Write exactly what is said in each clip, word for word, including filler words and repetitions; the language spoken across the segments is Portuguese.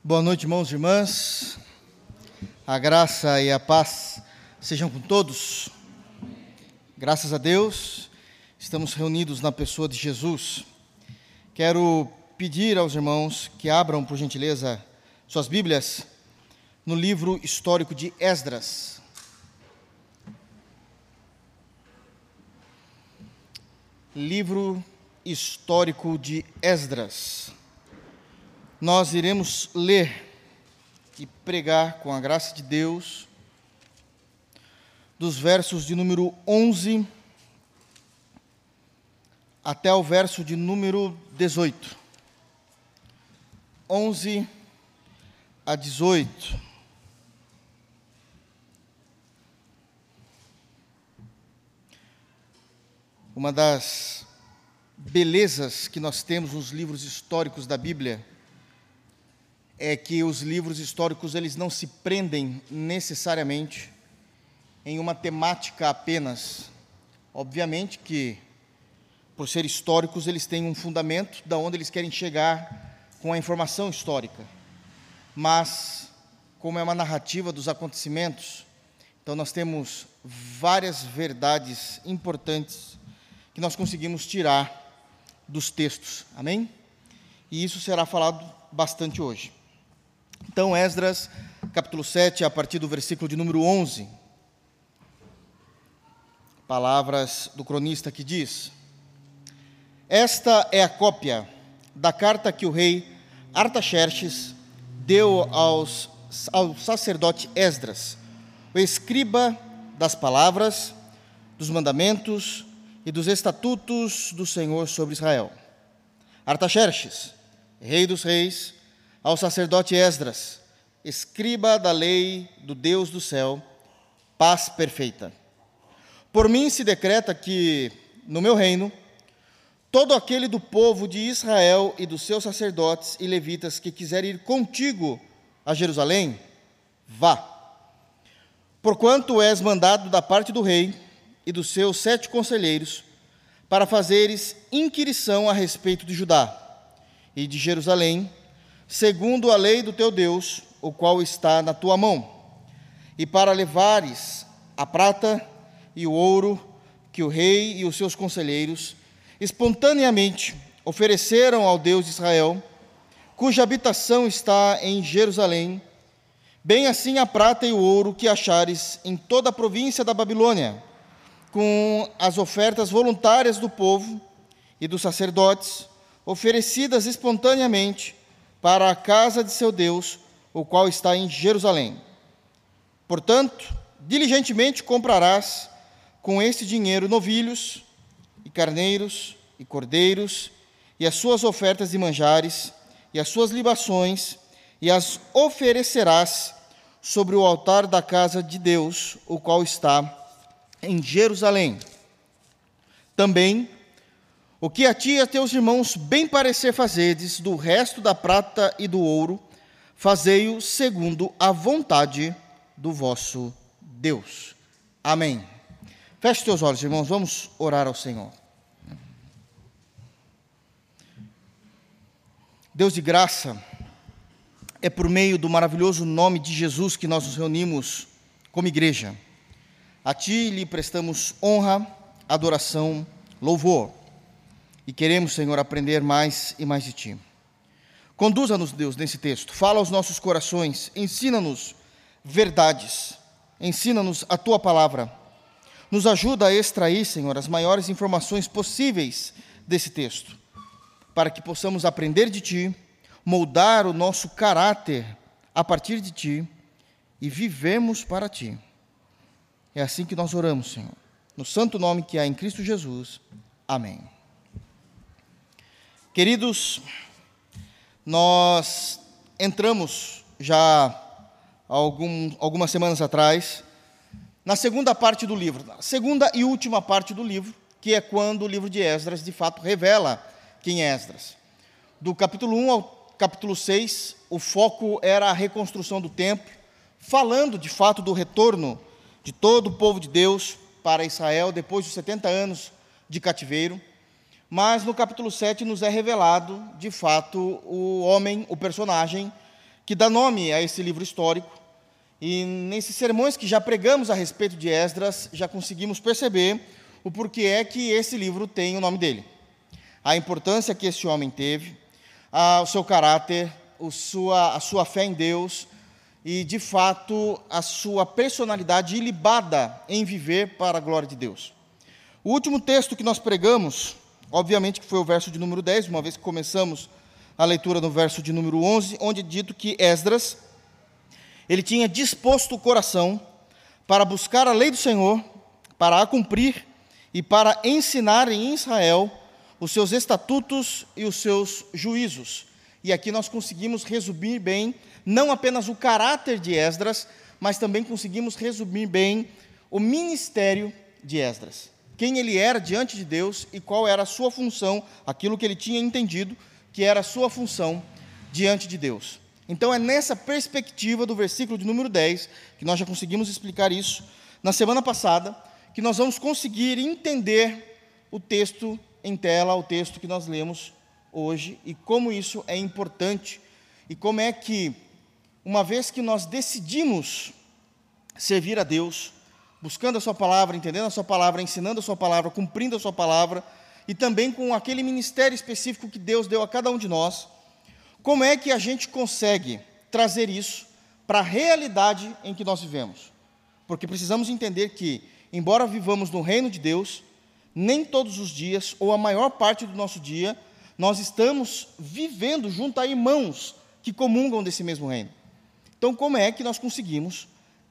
Boa noite, irmãos e irmãs. A graça e a paz sejam com todos. Graças a Deus, estamos reunidos na pessoa de Jesus. Quero pedir aos irmãos que abram, por gentileza, suas Bíblias no livro histórico de Esdras. Livro histórico de Esdras. Nós iremos ler e pregar com a graça de Deus dos versos de número onze até o verso de número dezoito. onze a dezoito. Uma das belezas que nós temos nos livros históricos da Bíblia é que os livros históricos eles não se prendem necessariamente em uma temática apenas. Obviamente que, por ser históricos, eles têm um fundamento da onde eles querem chegar com a informação histórica. Mas, como é uma narrativa dos acontecimentos, então nós temos várias verdades importantes que nós conseguimos tirar dos textos. Amém? E isso será falado bastante hoje. Então, Esdras, capítulo sete, a partir do versículo de número onze. Palavras do cronista que diz: Esta é a cópia da carta que o rei Artaxerxes deu aos, ao sacerdote Esdras, o escriba das palavras, dos mandamentos e dos estatutos do Senhor sobre Israel. Artaxerxes, rei dos reis, ao sacerdote Esdras, escriba da lei do Deus do céu, paz perfeita. Por mim se decreta que, no meu reino, todo aquele do povo de Israel e dos seus sacerdotes e levitas que quiser ir contigo a Jerusalém, vá. Porquanto és mandado da parte do rei e dos seus sete conselheiros, para fazeres inquirição a respeito de Judá e de Jerusalém, segundo a lei do teu Deus, o qual está na tua mão, e para levares a prata e o ouro que o rei e os seus conselheiros espontaneamente ofereceram ao Deus de Israel, cuja habitação está em Jerusalém, bem assim a prata e o ouro que achares em toda a província da Babilônia, com as ofertas voluntárias do povo e dos sacerdotes, oferecidas espontaneamente para a casa de seu Deus, o qual está em Jerusalém. Portanto, diligentemente comprarás com este dinheiro novilhos e carneiros e cordeiros, e as suas ofertas de manjares, e as suas libações, e as oferecerás sobre o altar da casa de Deus, o qual está em Jerusalém. Também, o que a ti e a teus irmãos bem parecer fazedes do resto da prata e do ouro, fazei-o segundo a vontade do vosso Deus. Amém. Feche teus olhos, irmãos, vamos orar ao Senhor. Deus de graça, é por meio do maravilhoso nome de Jesus que nós nos reunimos como igreja. A ti lhe prestamos honra, adoração, louvor. E queremos, Senhor, aprender mais e mais de Ti. Conduza-nos, Deus, nesse texto. Fala aos nossos corações. Ensina-nos verdades. Ensina-nos a Tua palavra. Nos ajuda a extrair, Senhor, as maiores informações possíveis desse texto, para que possamos aprender de Ti, moldar o nosso caráter a partir de Ti e vivemos para Ti. É assim que nós oramos, Senhor. No santo nome que há em Cristo Jesus. Amém. Queridos, nós entramos já há algum, algumas semanas atrás na segunda parte do livro, na segunda e última parte do livro, que é quando o livro de Esdras, de fato, revela quem é Esdras. Do capítulo um ao capítulo seis, o foco era a reconstrução do templo, falando, de fato, do retorno de todo o povo de Deus para Israel, depois dos setenta anos de cativeiro. Mas no capítulo sete nos é revelado, de fato, o homem, o personagem que dá nome a esse livro histórico, e nesses sermões que já pregamos a respeito de Esdras, já conseguimos perceber o porquê é que esse livro tem o nome dele. A importância que esse homem teve, a, o seu caráter, o sua, a sua fé em Deus e, de fato, a sua personalidade ilibada em viver para a glória de Deus. O último texto que nós pregamos, obviamente que foi o verso de número dez, uma vez que começamos a leitura no verso de número onze, onde é dito que Esdras, ele tinha disposto o coração para buscar a lei do Senhor, para a cumprir e para ensinar em Israel os seus estatutos e os seus juízos. E aqui nós conseguimos resumir bem, não apenas o caráter de Esdras, mas também conseguimos resumir bem o ministério de Esdras. Quem ele era diante de Deus e qual era a sua função, aquilo que ele tinha entendido que era a sua função diante de Deus. Então é nessa perspectiva do versículo de número dez, que nós já conseguimos explicar isso na semana passada, que nós vamos conseguir entender o texto em tela, o texto que nós lemos hoje, e como isso é importante, e como é que, uma vez que nós decidimos servir a Deus, buscando a sua palavra, entendendo a sua palavra, ensinando a sua palavra, cumprindo a sua palavra, e também com aquele ministério específico que Deus deu a cada um de nós, como é que a gente consegue trazer isso para a realidade em que nós vivemos? Porque precisamos entender que, embora vivamos no reino de Deus, nem todos os dias, ou a maior parte do nosso dia, nós estamos vivendo junto a irmãos que comungam desse mesmo reino. Então, como é que nós conseguimos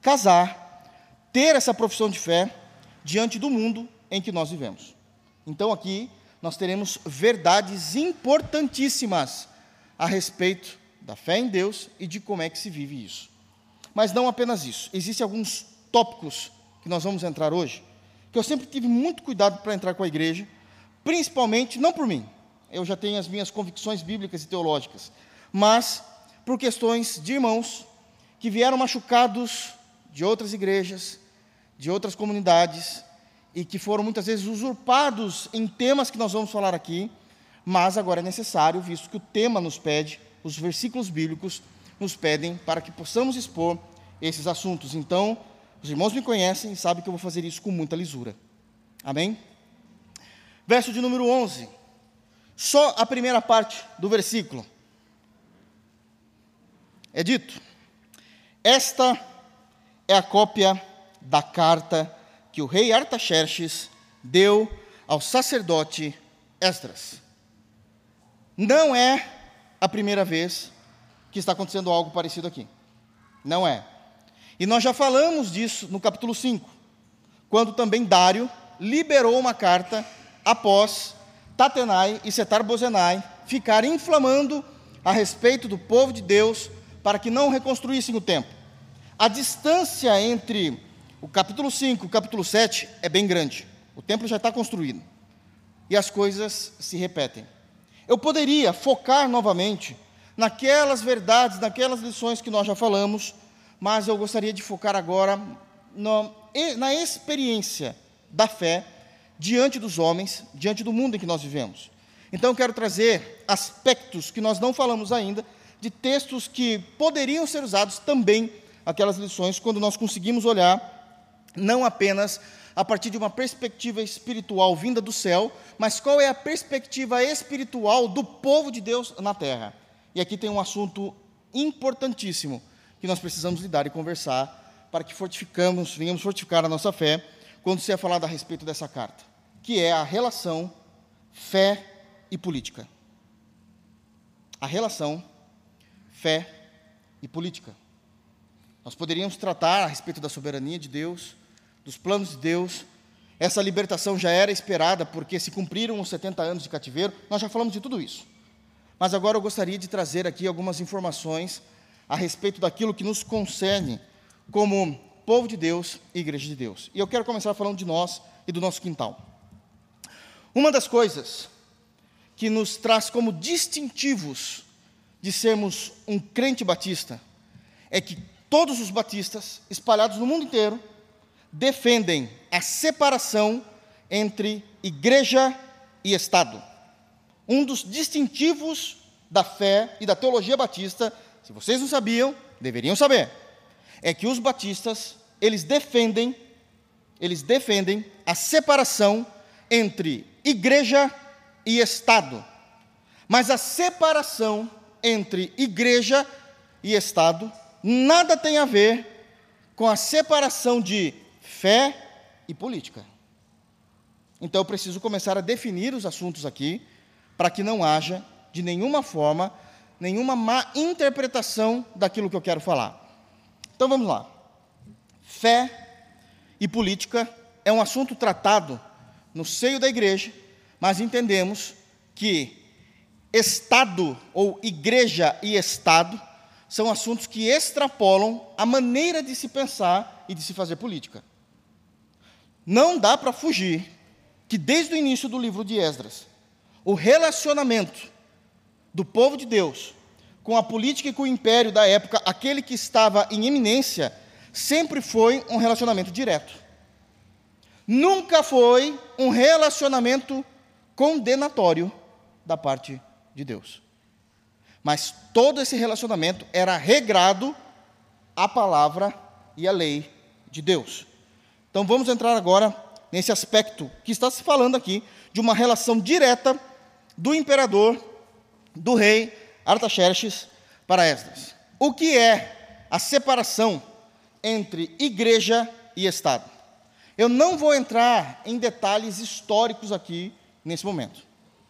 casar, ter essa profissão de fé diante do mundo em que nós vivemos? Então, aqui, nós teremos verdades importantíssimas a respeito da fé em Deus e de como é que se vive isso. Mas não apenas isso. Existem alguns tópicos que nós vamos entrar hoje, que eu sempre tive muito cuidado para entrar com a igreja, principalmente, não por mim, eu já tenho as minhas convicções bíblicas e teológicas, mas por questões de irmãos que vieram machucados de outras igrejas, de outras comunidades, e que foram muitas vezes usurpados em temas que nós vamos falar aqui, mas agora é necessário, visto que o tema nos pede, os versículos bíblicos nos pedem para que possamos expor esses assuntos. Então, os irmãos me conhecem e sabem que eu vou fazer isso com muita lisura. Amém? Verso de número onze. Só a primeira parte do versículo. É dito: esta é a cópia da carta que o rei Artaxerxes deu ao sacerdote Esdras. Não é a primeira vez que está acontecendo algo parecido aqui. Não é. E nós já falamos disso no capítulo cinco, quando também Dário liberou uma carta após Tatenai e Setar-Bozenai ficarem inflamando a respeito do povo de Deus para que não reconstruíssem o templo. A distância entre o capítulo cinco e o capítulo sete é bem grande. O templo já está construído. E as coisas se repetem. Eu poderia focar novamente naquelas verdades, naquelas lições que nós já falamos, mas eu gostaria de focar agora no, na experiência da fé diante dos homens, diante do mundo em que nós vivemos. Então eu quero trazer aspectos que nós não falamos ainda, de textos que poderiam ser usados também, aquelas lições, quando nós conseguimos olhar não apenas a partir de uma perspectiva espiritual vinda do céu, mas qual é a perspectiva espiritual do povo de Deus na terra. E aqui tem um assunto importantíssimo que nós precisamos lidar e conversar para que fortificamos, venhamos fortificar a nossa fé quando se é falado a respeito dessa carta, que é a relação fé e política. A relação fé e política. Nós poderíamos tratar a respeito da soberania de Deus, dos planos de Deus. Essa libertação já era esperada, porque se cumpriram os setenta anos de cativeiro. Nós já falamos de tudo isso. Mas agora eu gostaria de trazer aqui algumas informações a respeito daquilo que nos concerne como povo de Deus e igreja de Deus. E eu quero começar falando de nós e do nosso quintal. Uma das coisas que nos traz como distintivos de sermos um crente batista é que todos os batistas, espalhados no mundo inteiro, defendem a separação entre igreja e Estado. Um dos distintivos da fé e da teologia batista se vocês não sabiam, deveriam saber, é que os batistas, eles defendem, eles defendem a separação entre igreja e Estado. Mas a separação entre igreja e Estado nada tem a ver com a separação de fé e política. Então eu preciso começar a definir os assuntos aqui, para que não haja, de nenhuma forma, nenhuma má interpretação daquilo que eu quero falar. Então vamos lá. Fé e política é um assunto tratado no seio da igreja, mas entendemos que Estado, ou igreja e Estado, são assuntos que extrapolam a maneira de se pensar e de se fazer política. Não dá para fugir que desde o início do livro de Esdras, o relacionamento do povo de Deus com a política e com o império da época, aquele que estava em eminência, sempre foi um relacionamento direto. Nunca foi um relacionamento condenatório da parte de Deus. Mas todo esse relacionamento era regrado à palavra e à lei de Deus. Então vamos entrar agora nesse aspecto que está se falando aqui, de uma relação direta do imperador, do rei Artaxerxes para Esdras. O que é a separação entre igreja e Estado? Eu não vou entrar em detalhes históricos aqui nesse momento.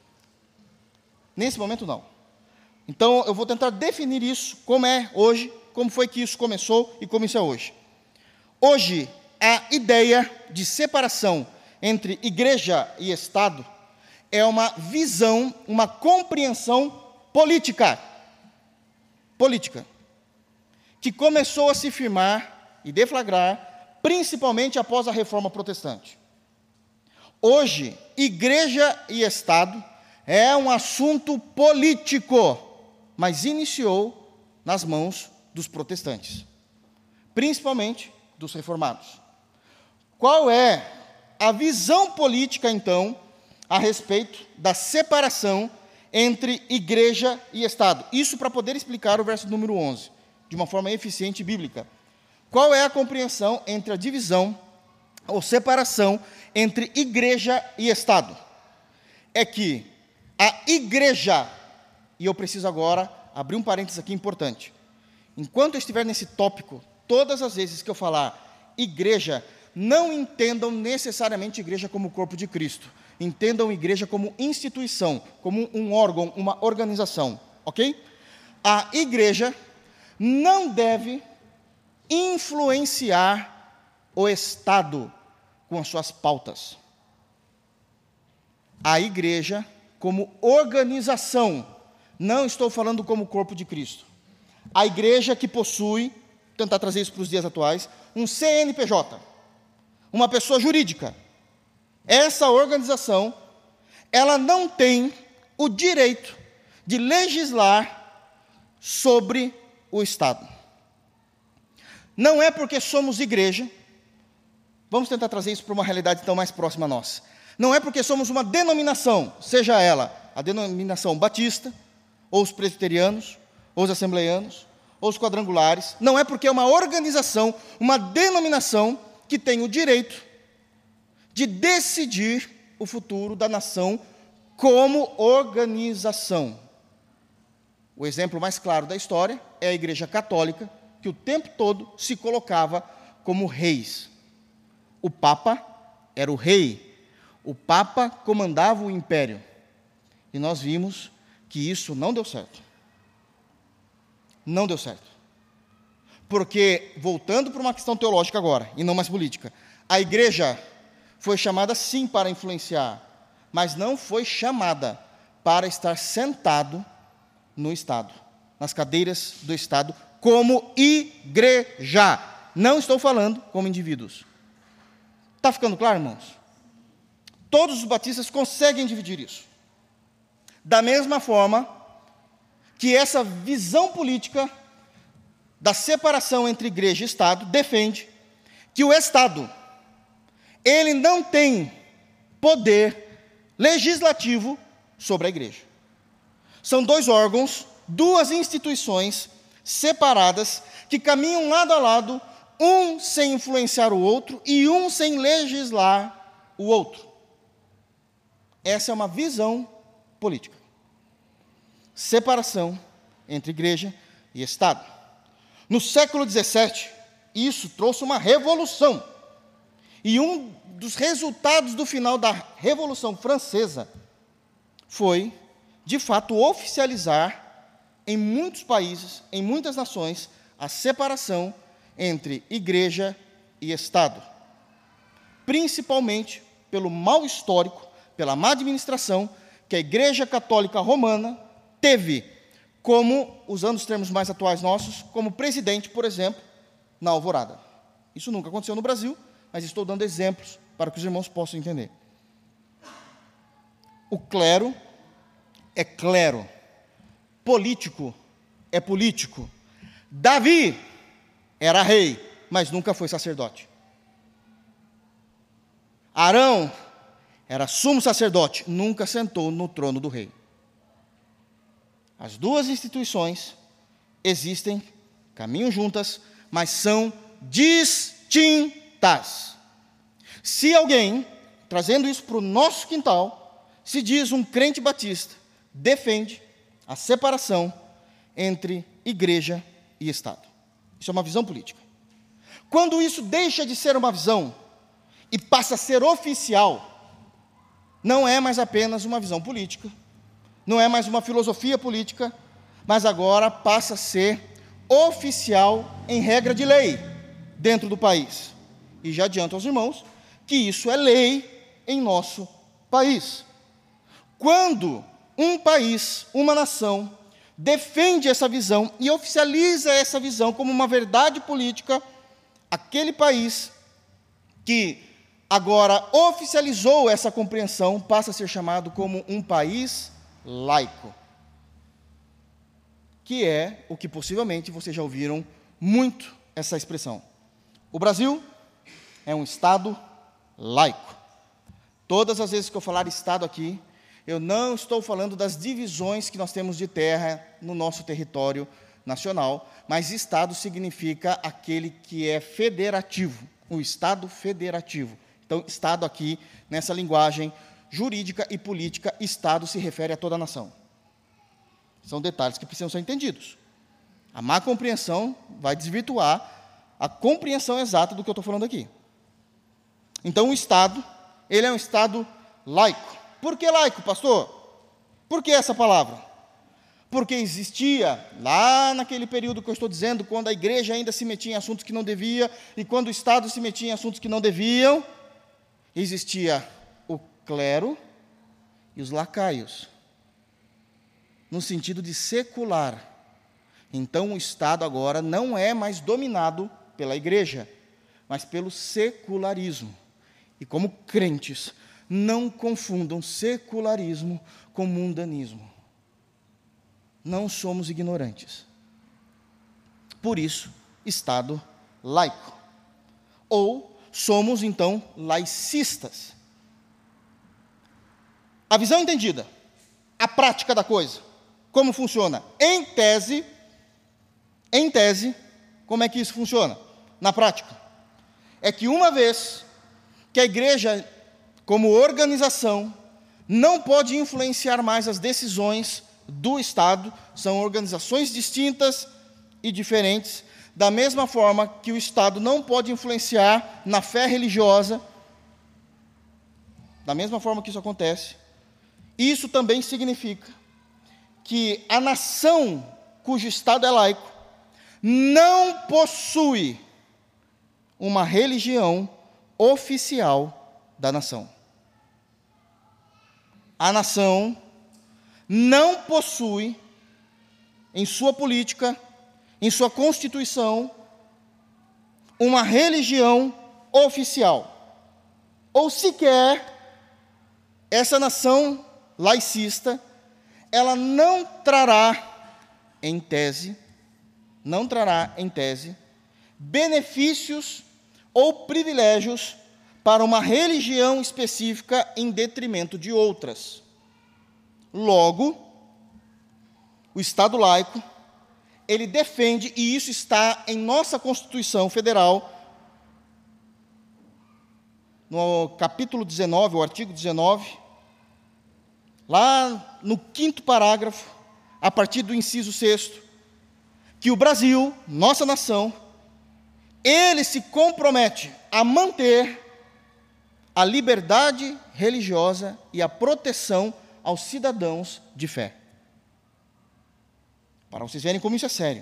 Nesse momento não. Então eu vou tentar definir isso, como é hoje, como foi que isso começou e como isso é hoje. Hoje, a ideia de separação entre igreja e Estado é uma visão, uma compreensão política, política, que começou a se firmar e deflagrar, principalmente após a Reforma Protestante. Hoje, igreja e Estado é um assunto político, mas iniciou nas mãos dos protestantes, principalmente dos reformados. Qual é a visão política, então, a respeito da separação entre igreja e Estado? Isso para poder explicar o verso número onze, de uma forma eficiente e bíblica. Qual é a compreensão entre a divisão ou separação entre igreja e Estado? É que a igreja, e eu preciso agora abrir um parênteses aqui importante. Enquanto eu estiver nesse tópico, todas as vezes que eu falar igreja, não entendam necessariamente igreja como corpo de Cristo. Entendam igreja como instituição, como um órgão, uma organização, ok? A igreja não deve influenciar o Estado com as suas pautas. A igreja, como organização, não estou falando como corpo de Cristo. A igreja que possui, tentar trazer isso para os dias atuais, um C N P J, uma pessoa jurídica. Essa organização, ela não tem o direito de legislar sobre o Estado. Não é porque somos igreja, vamos tentar trazer isso para uma realidade tão mais próxima a nós. Não é porque somos uma denominação, seja ela a denominação batista, ou os presbiterianos, ou os assembleianos, ou os quadrangulares. Não é porque é uma organização, uma denominação que tem o direito de decidir o futuro da nação como organização. O exemplo mais claro da história é a Igreja Católica, que o tempo todo se colocava como reis. O Papa era o rei, o Papa comandava o império. E nós vimos que isso não deu certo. Não deu certo. Porque, voltando para uma questão teológica agora, e não mais política, a igreja foi chamada sim para influenciar, mas não foi chamada para estar sentado no Estado, nas cadeiras do Estado, como igreja. Não estou falando como indivíduos. Está ficando claro, irmãos? Todos os batistas conseguem dividir isso. Da mesma forma que essa visão política da separação entre igreja e Estado defende que o Estado, ele não tem poder legislativo sobre a igreja. São dois órgãos, duas instituições separadas, que caminham lado a lado, um sem influenciar o outro e um sem legislar o outro. Essa é uma visão política. Separação entre igreja e Estado. No século dezessete, isso trouxe uma revolução. E um dos resultados do final da Revolução Francesa foi, de fato, oficializar em muitos países, em muitas nações, a separação entre igreja e Estado. Principalmente pelo mal histórico, pela má administração que a Igreja Católica Romana teve como, usando os termos mais atuais nossos, como presidente, por exemplo, na Alvorada. Isso nunca aconteceu no Brasil, mas estou dando exemplos para que os irmãos possam entender. O clero é clero, político é político. Davi era rei, mas nunca foi sacerdote. Arão era sumo sacerdote, nunca sentou no trono do rei. As duas instituições existem, caminham juntas, mas são distintas. Se alguém, trazendo isso para o nosso quintal, se diz um crente batista, defende a separação entre igreja e Estado. Isso é uma visão política. Quando isso deixa de ser uma visão e passa a ser oficial, não é mais apenas uma visão política, não é mais uma filosofia política, mas agora passa a ser oficial em regra de lei dentro do país. E já adianto aos irmãos que isso é lei em nosso país. Quando um país, uma nação, defende essa visão e oficializa essa visão como uma verdade política, aquele país que agora oficializou essa compreensão passa a ser chamado como um país laico, que é o que possivelmente vocês já ouviram muito essa expressão. O Brasil é um Estado laico. Todas as vezes que eu falar Estado aqui, eu não estou falando das divisões que nós temos de terra no nosso território nacional, mas Estado significa aquele que é federativo, o Estado federativo. Então, Estado aqui, nessa linguagem jurídica e política, Estado se refere a toda a nação. São detalhes que precisam ser entendidos. A má compreensão vai desvirtuar a compreensão exata do que eu estou falando aqui. Então, o Estado, ele é um Estado laico. Por que laico, pastor? Por que essa palavra? Porque existia, lá naquele período que eu estou dizendo, quando a igreja ainda se metia em assuntos que não devia, e quando o Estado se metia em assuntos que não deviam, existia o clero e os lacaios, no sentido de secular. Então, o Estado agora não é mais dominado pela igreja, mas pelo secularismo. E como crentes, não confundam secularismo com mundanismo. Não somos ignorantes. Por isso, Estado laico. Ou somos, então, laicistas. A visão entendida, a prática da coisa, como funciona? Em tese, em tese, como é que isso funciona? Na prática, é que uma vez que a igreja, como organização, não pode influenciar mais as decisões do Estado, são organizações distintas e diferentes, da mesma forma que o Estado não pode influenciar na fé religiosa, da mesma forma que isso acontece, isso também significa que a nação cujo Estado é laico não possui uma religião oficial da nação. A nação não possui, em sua política, em sua constituição, uma religião oficial. Ou sequer, essa nação laicista, ela não trará, em tese, não trará, em tese, benefícios ou privilégios para uma religião específica em detrimento de outras. Logo, o Estado laico ele defende, e isso está em nossa Constituição Federal, no capítulo dezenove, o artigo dezenove, lá no quinto parágrafo, a partir do inciso sexto, que o Brasil, nossa nação, ele se compromete a manter a liberdade religiosa e a proteção aos cidadãos de fé. Para vocês verem como isso é sério.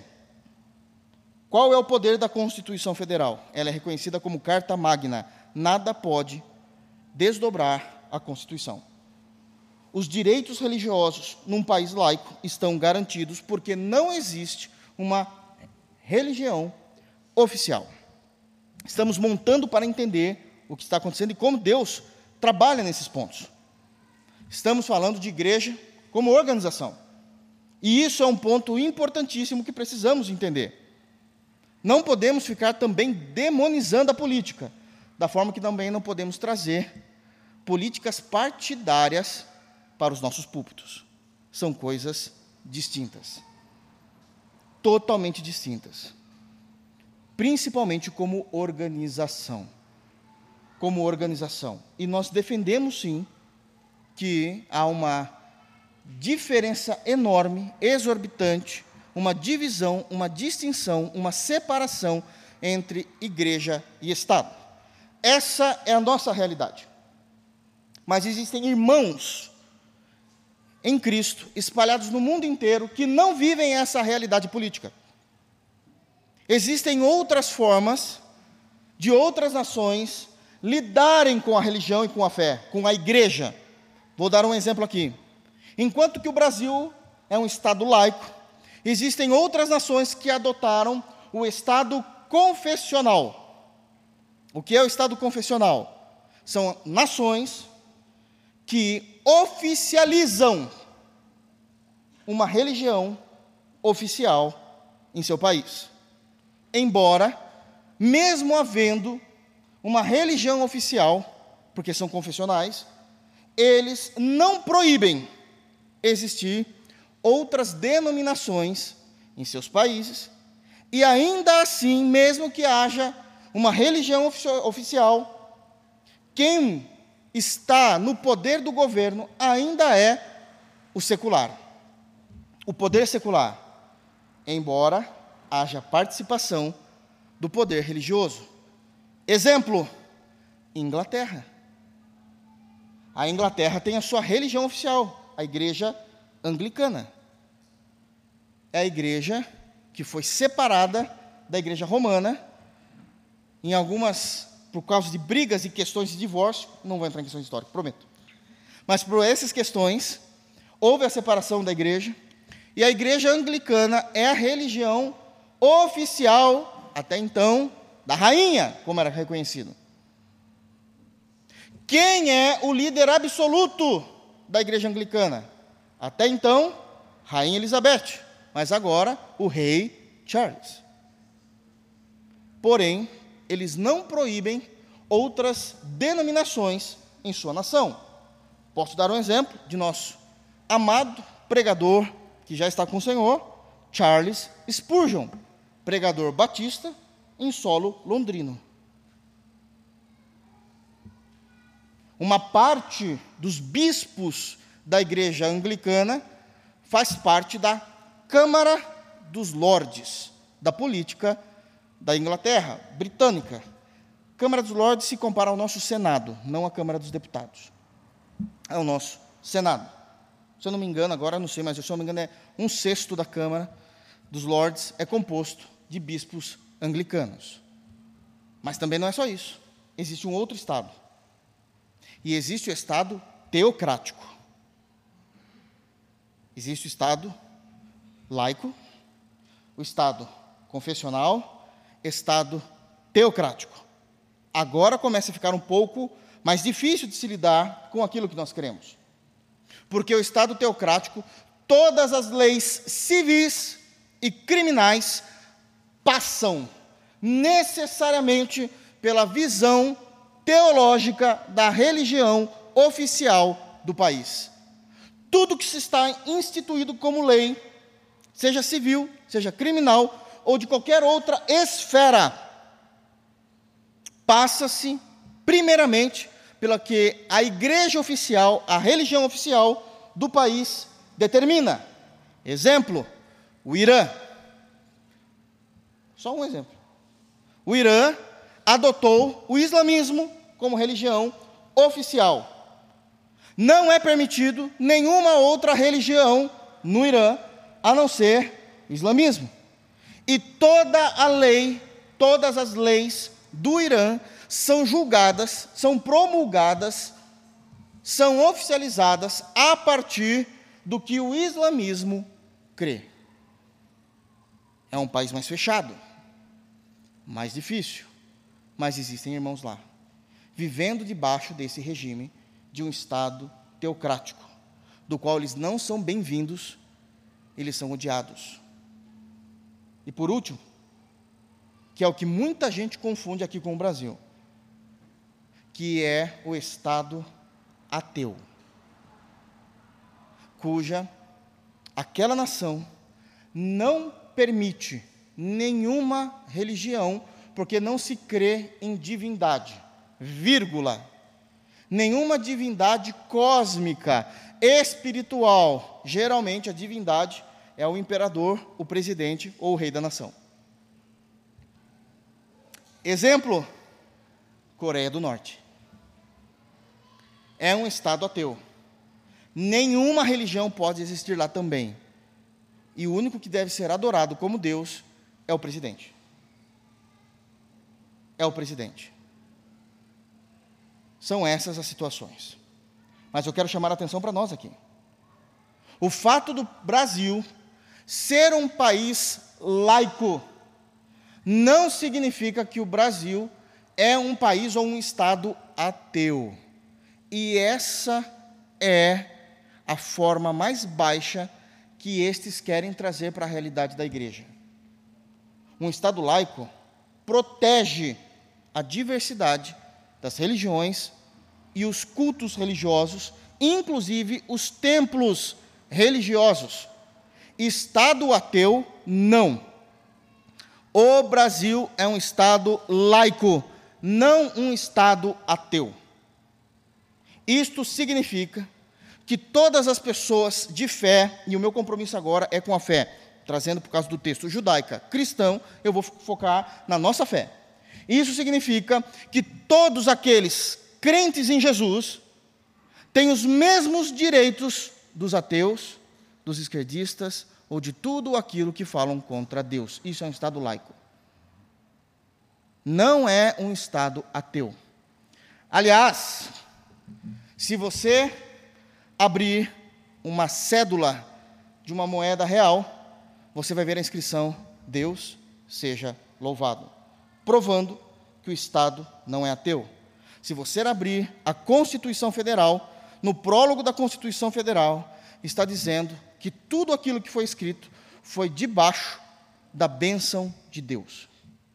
Qual é o poder da Constituição Federal? Ela é reconhecida como Carta Magna. Nada pode desdobrar a Constituição. Os direitos religiosos num país laico estão garantidos porque não existe uma religião oficial. Estamos montando para entender o que está acontecendo e como Deus trabalha nesses pontos. Estamos falando de igreja como organização. E isso é um ponto importantíssimo que precisamos entender. Não podemos ficar também demonizando a política, da forma que também não podemos trazer políticas partidárias para os nossos púlpitos. São coisas distintas. Totalmente distintas. Principalmente como organização. Como organização. E nós defendemos, sim, que há uma diferença enorme, exorbitante, uma divisão, uma distinção, uma separação entre igreja e Estado. Essa é a nossa realidade. Mas existem irmãos em Cristo, espalhados no mundo inteiro, que não vivem essa realidade política. Existem outras formas de outras nações lidarem com a religião e com a fé, com a igreja. Vou dar um exemplo aqui. Enquanto que o Brasil é um Estado laico, existem outras nações que adotaram o Estado confessional. O que é o Estado confessional? São nações que oficializam uma religião oficial em seu país. Embora, mesmo havendo uma religião oficial, porque são confessionais, eles não proíbem existir outras denominações em seus países, e ainda assim, mesmo que haja uma religião oficial, quem está no poder do governo ainda é o secular, o poder secular, embora haja participação do poder religioso. Exemplo, Inglaterra. A Inglaterra tem a sua religião oficial, a igreja anglicana. É a igreja que foi separada da igreja romana, em algumas, por causa de brigas e questões de divórcio, não vou entrar em questões históricas, prometo. Mas por essas questões, houve a separação da igreja, e a igreja anglicana é a religião oficial, até então, da rainha, como era reconhecido. Quem é o líder absoluto da igreja anglicana? Até então, Rainha Elizabeth, mas agora o rei Charles. Porém, eles não proíbem outras denominações em sua nação. Posso dar um exemplo de nosso amado pregador, que já está com o Senhor, Charles Spurgeon, pregador batista em solo londrino. Uma parte dos bispos da igreja anglicana faz parte da Câmara dos Lordes, da política da Inglaterra, britânica. Câmara dos Lordes se compara ao nosso Senado, não à Câmara dos Deputados. É o nosso Senado. Se eu não me engano, agora não sei, mas se eu não me engano, é um sexto da Câmara dos Lordes é composto de bispos anglicanos. Mas também não é só isso. Existe um outro Estado. E existe o Estado teocrático. Existe o Estado laico, o Estado confessional, Estado teocrático. Agora começa a ficar um pouco mais difícil de se lidar com aquilo que nós queremos. Porque o Estado teocrático, todas as leis civis e criminais passam necessariamente pela visão teológica da religião oficial do país. Tudo que se está instituído como lei seja civil, seja criminal ou de qualquer outra esfera, passa-se primeiramente pela que a igreja oficial, a religião oficial do país determina. Exemplo, o Irã. Só um exemplo. O Irã adotou o islamismo como religião oficial. Não é permitido nenhuma outra religião no Irã, a não ser islamismo. E toda a lei, todas as leis do Irã são julgadas, são promulgadas, são oficializadas a partir do que o islamismo crê. É um país mais fechado, mais difícil, mas existem irmãos lá, vivendo debaixo desse regime de um Estado teocrático, do qual eles não são bem-vindos, eles são odiados. E por último, que é o que muita gente confunde aqui com o Brasil, que é o Estado ateu, cuja aquela nação não permite nenhuma religião, porque não se crê em divindade, vírgula, nenhuma divindade cósmica, espiritual. Geralmente a divindade é o imperador, o presidente ou o rei da nação. Exemplo, Coreia do Norte. É um estado ateu. Nenhuma religião pode existir lá também. E o único que deve ser adorado como Deus é o presidente. É o presidente. São essas as situações. Mas eu quero chamar a atenção para nós aqui. O fato do Brasil ser um país laico não significa que o Brasil é um país ou um estado ateu. E essa é a forma mais baixa que estes querem trazer para a realidade da igreja. Um estado laico protege a diversidade das religiões e os cultos religiosos, inclusive os templos religiosos. Estado ateu, não. O Brasil é um estado laico, não um estado ateu. Isto significa que todas as pessoas de fé, e o meu compromisso agora é com a fé, trazendo por causa do texto judaica, cristão, eu vou focar na nossa fé. Isso significa que todos aqueles crentes em Jesus têm os mesmos direitos dos ateus, dos esquerdistas, ou de tudo aquilo que falam contra Deus. Isso é um estado laico. Não é um estado ateu. Aliás, se você abrir uma cédula de uma moeda real, você vai ver a inscrição Deus seja louvado, provando que o Estado não é ateu. Se você abrir a Constituição Federal, no prólogo da Constituição Federal, está dizendo que tudo aquilo que foi escrito foi debaixo da bênção de Deus.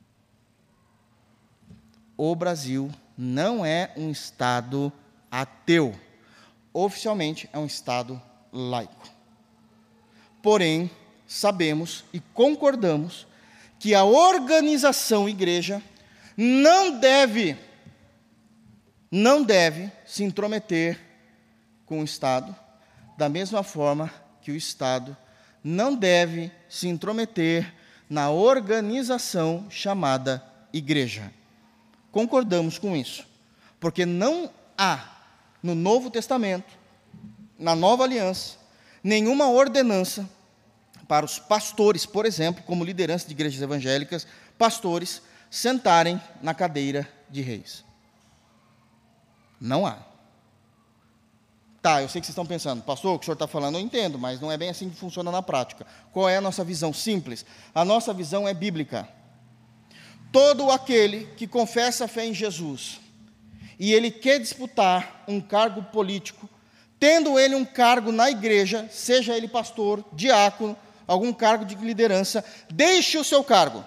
O Brasil não é um Estado ateu. Oficialmente é um Estado laico. Porém, sabemos e concordamos que a organização igreja não deve, não deve se intrometer com o Estado, da mesma forma que o Estado não deve se intrometer na organização chamada igreja. Concordamos com isso, porque não há no Novo Testamento, na Nova Aliança, nenhuma ordenança para os pastores, por exemplo, como liderança de igrejas evangélicas, pastores sentarem na cadeira de reis. Não há. Tá, eu sei que vocês estão pensando, pastor, o que o senhor está falando eu entendo, mas não é bem assim que funciona na prática. Qual é a nossa visão simples? A nossa visão é bíblica. Todo aquele que confessa a fé em Jesus, e ele quer disputar um cargo político, tendo ele um cargo na igreja, seja ele pastor, diácono, algum cargo de liderança, deixe o seu cargo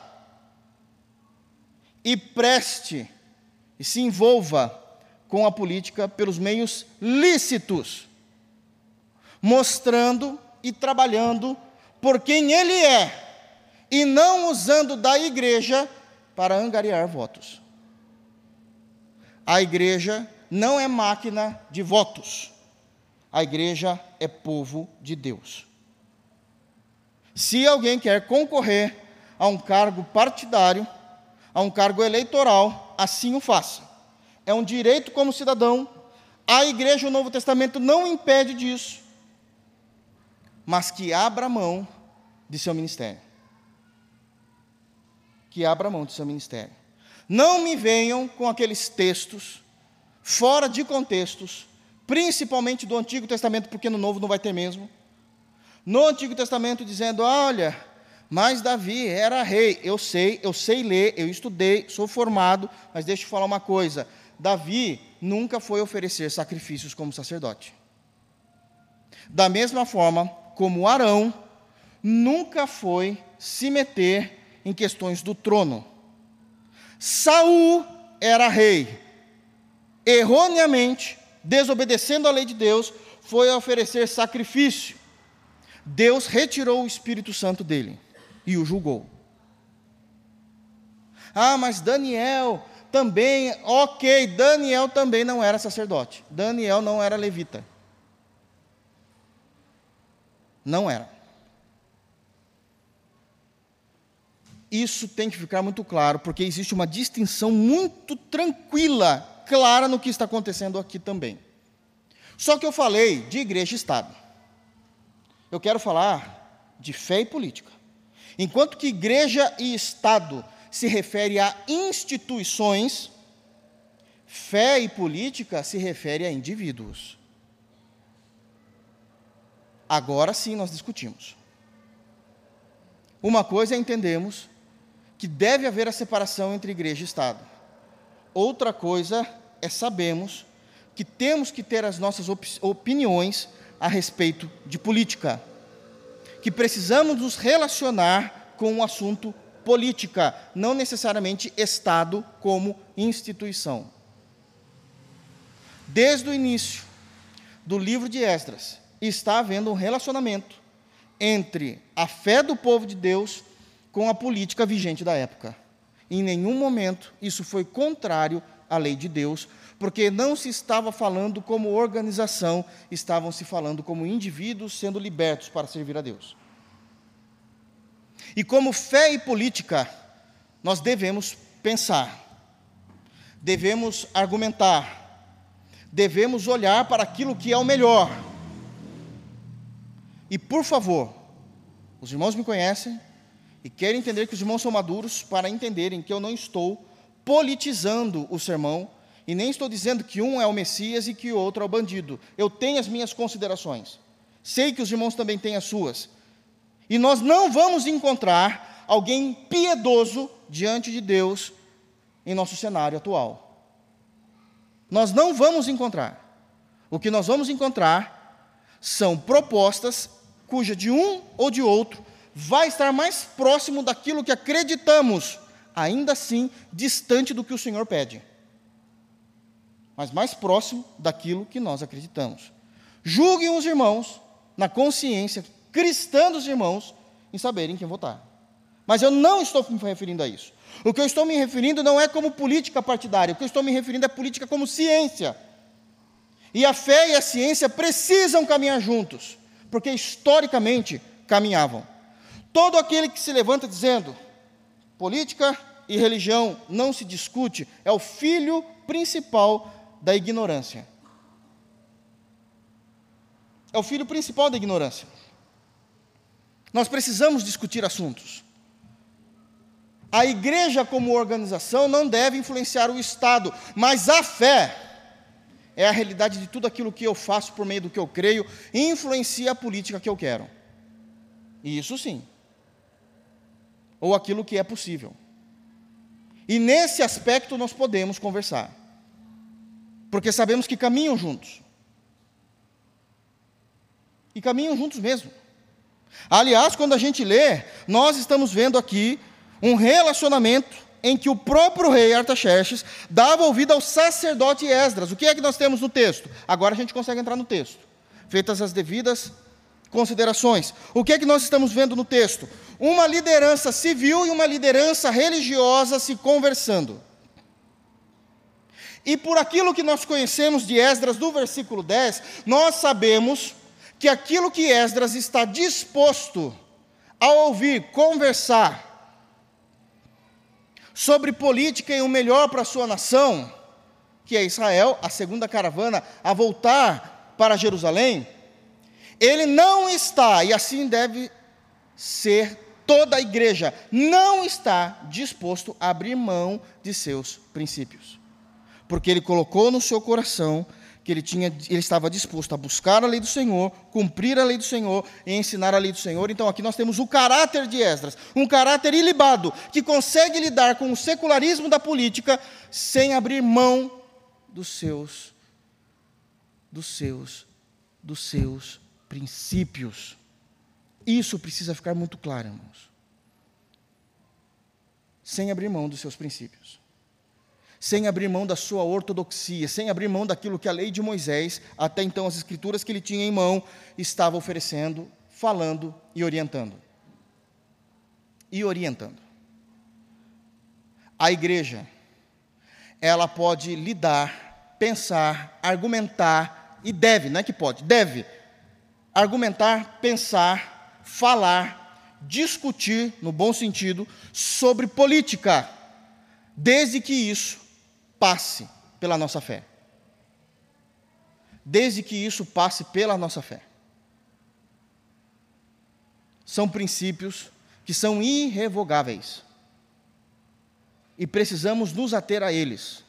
e preste e se envolva com a política pelos meios lícitos, mostrando e trabalhando por quem ele é, e não usando da igreja para angariar votos. A igreja não é máquina de votos. A igreja é povo de Deus. Se alguém quer concorrer a um cargo partidário, a um cargo eleitoral, assim o faça. É um direito como cidadão. A igreja, o Novo Testamento não impede disso, mas que abra mão de seu ministério. Que abra mão de seu ministério. Não me venham com aqueles textos, fora de contextos, principalmente do Antigo Testamento, porque no Novo não vai ter mesmo. No Antigo Testamento dizendo, olha, mas Davi era rei. Eu sei, eu sei ler, eu estudei, sou formado, mas deixa eu falar uma coisa. Davi nunca foi oferecer sacrifícios como sacerdote. Da mesma forma como Arão nunca foi se meter em questões do trono. Saul era rei. Erroneamente, desobedecendo a lei de Deus, foi oferecer sacrifício. Deus retirou o Espírito Santo dele e o julgou. Ah, mas Daniel também, ok, Daniel também não era sacerdote. Daniel não era levita. Não era. Isso tem que ficar muito claro, porque existe uma distinção muito tranquila, clara no que está acontecendo aqui também. Só que eu falei de igreja e Estado. Eu quero falar de fé e política. Enquanto que igreja e Estado se refere a instituições, fé e política se refere a indivíduos. Agora sim nós discutimos. Uma coisa é entendermos que deve haver a separação entre igreja e Estado. Outra coisa é sabermos que temos que ter as nossas op- opiniões a respeito de política, que precisamos nos relacionar com o assunto política, não necessariamente Estado como instituição. Desde o início do livro de Esdras, está havendo um relacionamento entre a fé do povo de Deus com a política vigente da época. Em nenhum momento isso foi contrário à lei de Deus, porque não se estava falando como organização, estavam se falando como indivíduos sendo libertos para servir a Deus. E como fé e política, nós devemos pensar, devemos argumentar, devemos olhar para aquilo que é o melhor. E, por favor, os irmãos me conhecem e querem entender que os irmãos são maduros para entenderem que eu não estou politizando o sermão e nem estou dizendo que um é o Messias e que o outro é o bandido. Eu tenho as minhas considerações. Sei que os irmãos também têm as suas. E nós não vamos encontrar alguém piedoso diante de Deus em nosso cenário atual. Nós não vamos encontrar. O que nós vamos encontrar são propostas cuja de um ou de outro vai estar mais próximo daquilo que acreditamos, ainda assim distante do que o Senhor pede, mas mais próximo daquilo que nós acreditamos. Julguem os irmãos na consciência cristã dos irmãos em saberem quem votar. Mas eu não estou me referindo a isso. O que eu estou me referindo não é como política partidária, o que eu estou me referindo é política como ciência. E a fé e a ciência precisam caminhar juntos, porque historicamente caminhavam. Todo aquele que se levanta dizendo política e religião não se discute, é o filho principal da ignorância. É o filho principal da ignorância. Nós precisamos discutir assuntos. A igreja como organização não deve influenciar o Estado, mas a fé é a realidade de tudo aquilo que eu faço por meio do que eu creio e influencia a política que eu quero. E isso sim. Ou aquilo que é possível. E nesse aspecto nós podemos conversar. Porque sabemos que caminham juntos. E caminham juntos mesmo. Aliás, quando a gente lê, nós estamos vendo aqui um relacionamento em que o próprio rei Artaxerxes dava ouvido ao sacerdote Esdras. O que é que nós temos no texto? Agora a gente consegue entrar no texto. Feitas as devidas considerações. O que é que nós estamos vendo no texto? Uma liderança civil e uma liderança religiosa se conversando. E por aquilo que nós conhecemos de Esdras, do versículo dez, nós sabemos que aquilo que Esdras está disposto a ouvir, conversar sobre política e o melhor para a sua nação, que é Israel, a segunda caravana a voltar para Jerusalém, ele não está, e assim deve ser toda a igreja, não está disposto a abrir mão de seus princípios. Porque ele colocou no seu coração que ele, tinha, ele estava disposto a buscar a lei do Senhor, cumprir a lei do Senhor e ensinar a lei do Senhor. Então aqui nós temos o caráter de Esdras, um caráter ilibado, que consegue lidar com o secularismo da política sem abrir mão dos seus, dos seus, dos seus princípios. Isso precisa ficar muito claro, irmãos. Sem abrir mão dos seus princípios. Sem abrir mão da sua ortodoxia, sem abrir mão daquilo que a lei de Moisés, até então as escrituras que ele tinha em mão, estava oferecendo, falando e orientando. E orientando. A igreja, ela pode lidar, pensar, argumentar, e deve, não é que pode, deve, argumentar, pensar, falar, discutir, no bom sentido, sobre política, desde que isso passe pela nossa fé. Desde que isso passe pela nossa fé. São princípios que são irrevogáveis. E precisamos nos ater a eles.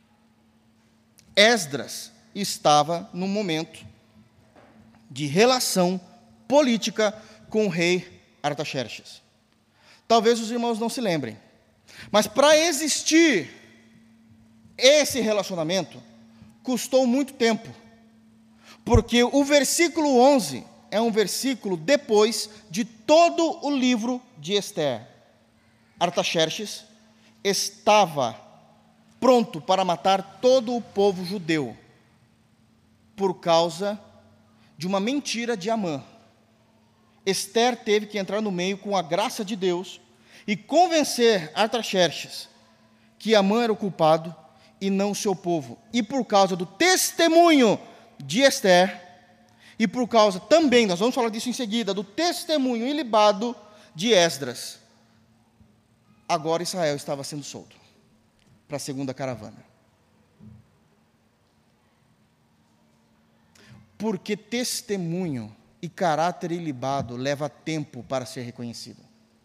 Esdras estava num momento de relação política com o rei Artaxerxes. Talvez os irmãos não se lembrem, mas para existir esse relacionamento custou muito tempo, porque o versículo onze é um versículo depois de todo o livro de Ester. Artaxerxes estava pronto para matar todo o povo judeu, por causa de uma mentira de Amã. Ester teve que entrar no meio com a graça de Deus e convencer Artaxerxes que Amã era o culpado e não o seu povo. E por causa do testemunho de Ester, e por causa também, nós vamos falar disso em seguida, do testemunho ilibado de Esdras, agora Israel estava sendo solto para a segunda caravana. Porque testemunho e caráter ilibado leva tempo para ser reconhecido.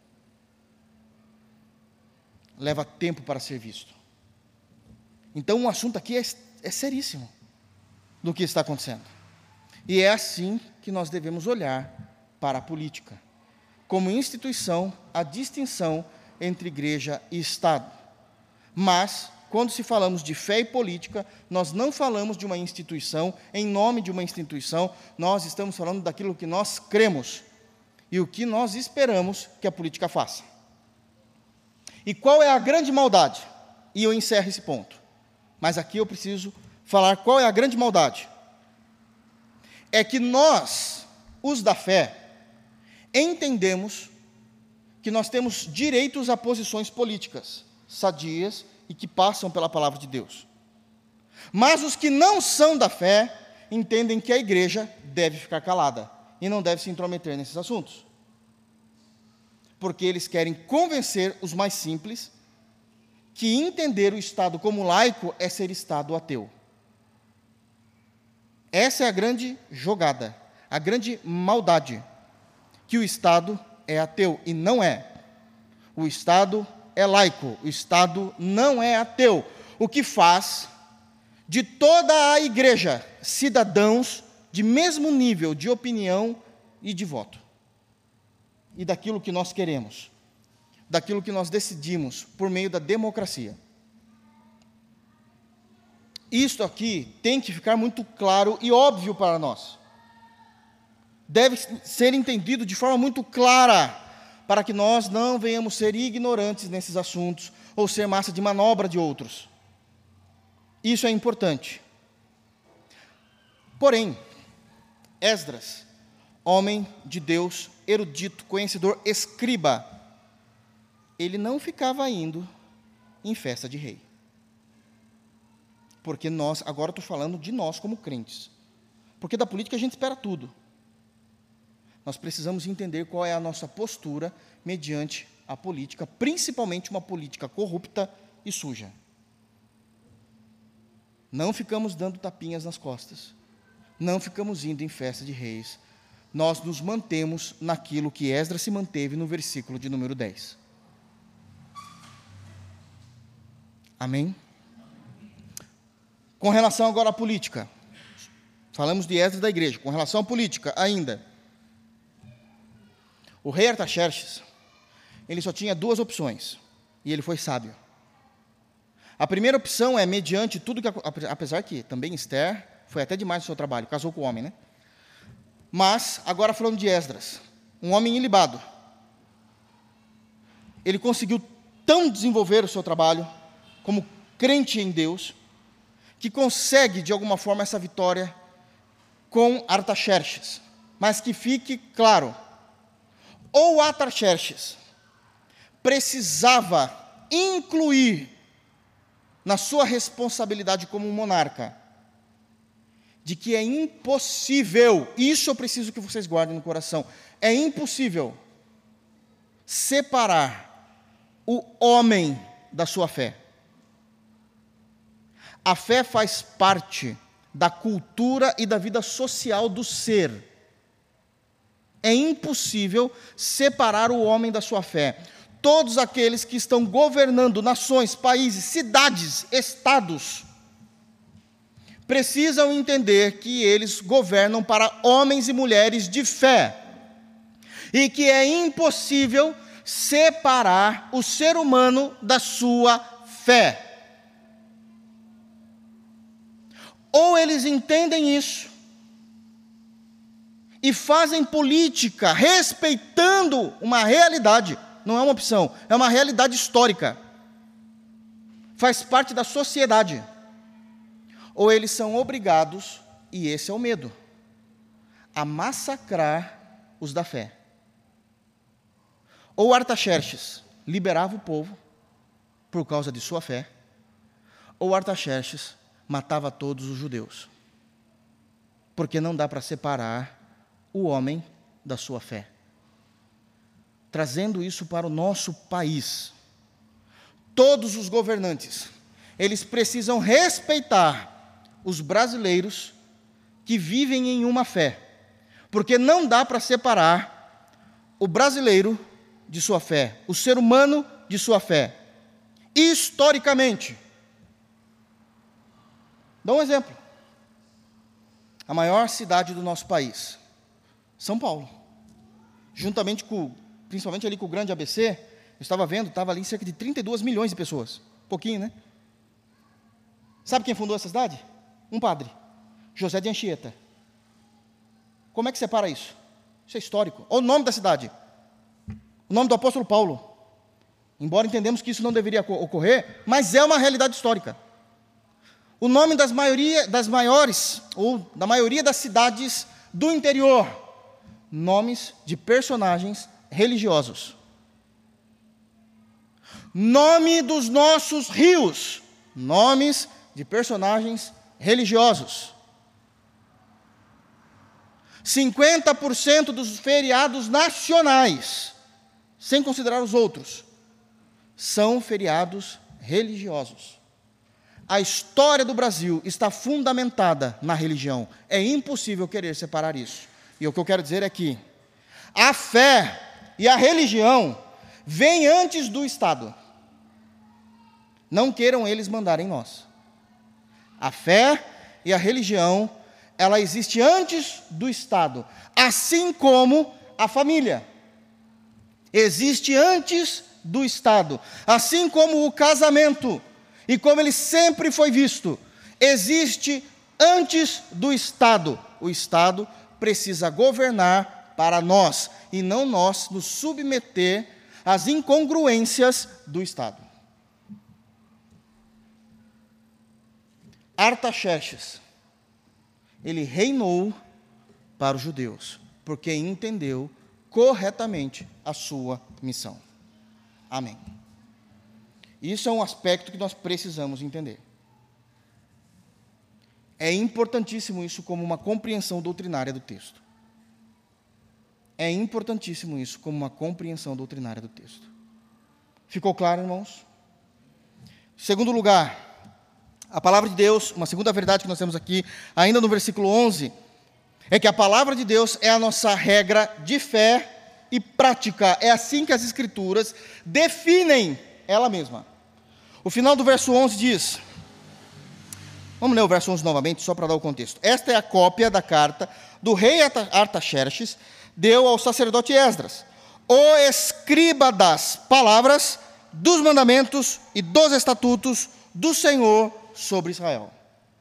Leva tempo para ser visto. Então o assunto aqui é, é seríssimo do que está acontecendo. E é assim que nós devemos olhar para a política. Como instituição, a distinção entre igreja e Estado. Mas, quando se falamos de fé e política, nós não falamos de uma instituição, em nome de uma instituição, nós estamos falando daquilo que nós cremos e o que nós esperamos que a política faça. E qual é a grande maldade? E eu encerro esse ponto. Mas aqui eu preciso falar qual é a grande maldade. É que nós, os da fé, entendemos que nós temos direitos a posições políticas, sadias e que passam pela palavra de Deus. Mas os que não são da fé, entendem que a igreja deve ficar calada e não deve se intrometer nesses assuntos. Porque eles querem convencer os mais simples que entender o Estado como laico é ser Estado ateu. Essa é a grande jogada, a grande maldade, que o Estado é ateu, e não é. O Estado é laico, o Estado não é ateu, o que faz de toda a igreja cidadãos de mesmo nível de opinião e de voto. E daquilo que nós queremos, daquilo que nós decidimos por meio da democracia. Isto aqui tem que ficar muito claro e óbvio para nós. Deve ser entendido de forma muito clara, para que nós não venhamos ser ignorantes nesses assuntos, ou ser massa de manobra de outros. Isso é importante. Porém, Esdras homem de Deus, erudito, conhecedor, escriba, ele não ficava indo em festa de rei. Porque nós, agora estou falando de nós como crentes, porque da política a gente espera tudo. Nós precisamos entender qual é a nossa postura mediante a política, principalmente uma política corrupta e suja. Não ficamos dando tapinhas nas costas, não ficamos indo em festa de reis, nós nos mantemos naquilo que Esdras se manteve no versículo de número dez. Amém? Com relação agora à política, falamos de Esdras da igreja, com relação à política ainda, o rei Artaxerxes, ele só tinha duas opções, e ele foi sábio. A primeira opção é mediante tudo que, apesar que também Esther foi até demais no seu trabalho, casou com o homem, né? Mas, agora falando de Esdras, um homem ilibado, ele conseguiu tão desenvolver o seu trabalho, como crente em Deus, que consegue, de alguma forma, essa vitória com Artaxerxes. Mas que fique claro, ou Artaxerxes precisava incluir na sua responsabilidade como um monarca, de que é impossível, isso eu preciso que vocês guardem no coração, é impossível separar o homem da sua fé. A fé faz parte da cultura e da vida social do ser. É impossível separar o homem da sua fé. Todos aqueles que estão governando nações, países, cidades, estados, precisam entender que eles governam para homens e mulheres de fé, e que é impossível separar o ser humano da sua fé. Ou eles entendem isso, e fazem política respeitando uma realidade, não é uma opção, é uma realidade histórica, faz parte da sociedade. Ou eles são obrigados, e esse é o medo, a massacrar os da fé. Ou Artaxerxes liberava o povo por causa de sua fé, ou Artaxerxes matava todos os judeus, porque não dá para separar o homem da sua fé. Trazendo isso para o nosso país, todos os governantes, eles precisam respeitar os brasileiros que vivem em uma fé, porque não dá para separar o brasileiro de sua fé, o ser humano de sua fé, historicamente. Dá um exemplo. A maior cidade do nosso país, São Paulo, juntamente com, principalmente ali com o grande A B C, eu estava vendo, estava ali cerca de trinta e dois milhões de pessoas, pouquinho, né? Sabe quem fundou essa cidade? Um padre, José de Anchieta. Como é que separa isso? Isso é histórico. Olha o nome da cidade, o nome do apóstolo Paulo, embora entendemos que isso não deveria ocorrer, mas é uma realidade histórica. O nome das, maioria, das maiores, ou da maioria das cidades do interior, nomes de personagens religiosos. Nome dos nossos rios, nomes de personagens religiosos. cinquenta por cento dos feriados nacionais, sem considerar os outros, são feriados religiosos. A história do Brasil está fundamentada na religião. É impossível querer separar isso. E o que eu quero dizer é que a fé e a religião vêm antes do Estado. Não queiram eles mandar em nós. A fé e a religião, ela existe antes do Estado, assim como a família existe antes do Estado, assim como o casamento, e como ele sempre foi visto, existe antes do Estado. O Estado precisa governar para nós, e não nós nos submeter às incongruências do Estado. Artaxerxes, ele reinou para os judeus, porque entendeu corretamente a sua missão. Amém. Isso é um aspecto que nós precisamos entender. É importantíssimo isso como uma compreensão doutrinária do texto. É importantíssimo isso como uma compreensão doutrinária do texto. Ficou claro, irmãos? Segundo lugar, a palavra de Deus, uma segunda verdade que nós temos aqui, ainda no versículo onze, é que a palavra de Deus é a nossa regra de fé e prática. É assim que as Escrituras definem ela mesma. O final do verso onze diz, vamos ler o verso onze novamente, só para dar o contexto. Esta é a cópia da carta do rei Artaxerxes, deu ao sacerdote Esdras, o escriba das palavras, dos mandamentos e dos estatutos do Senhor sobre Israel.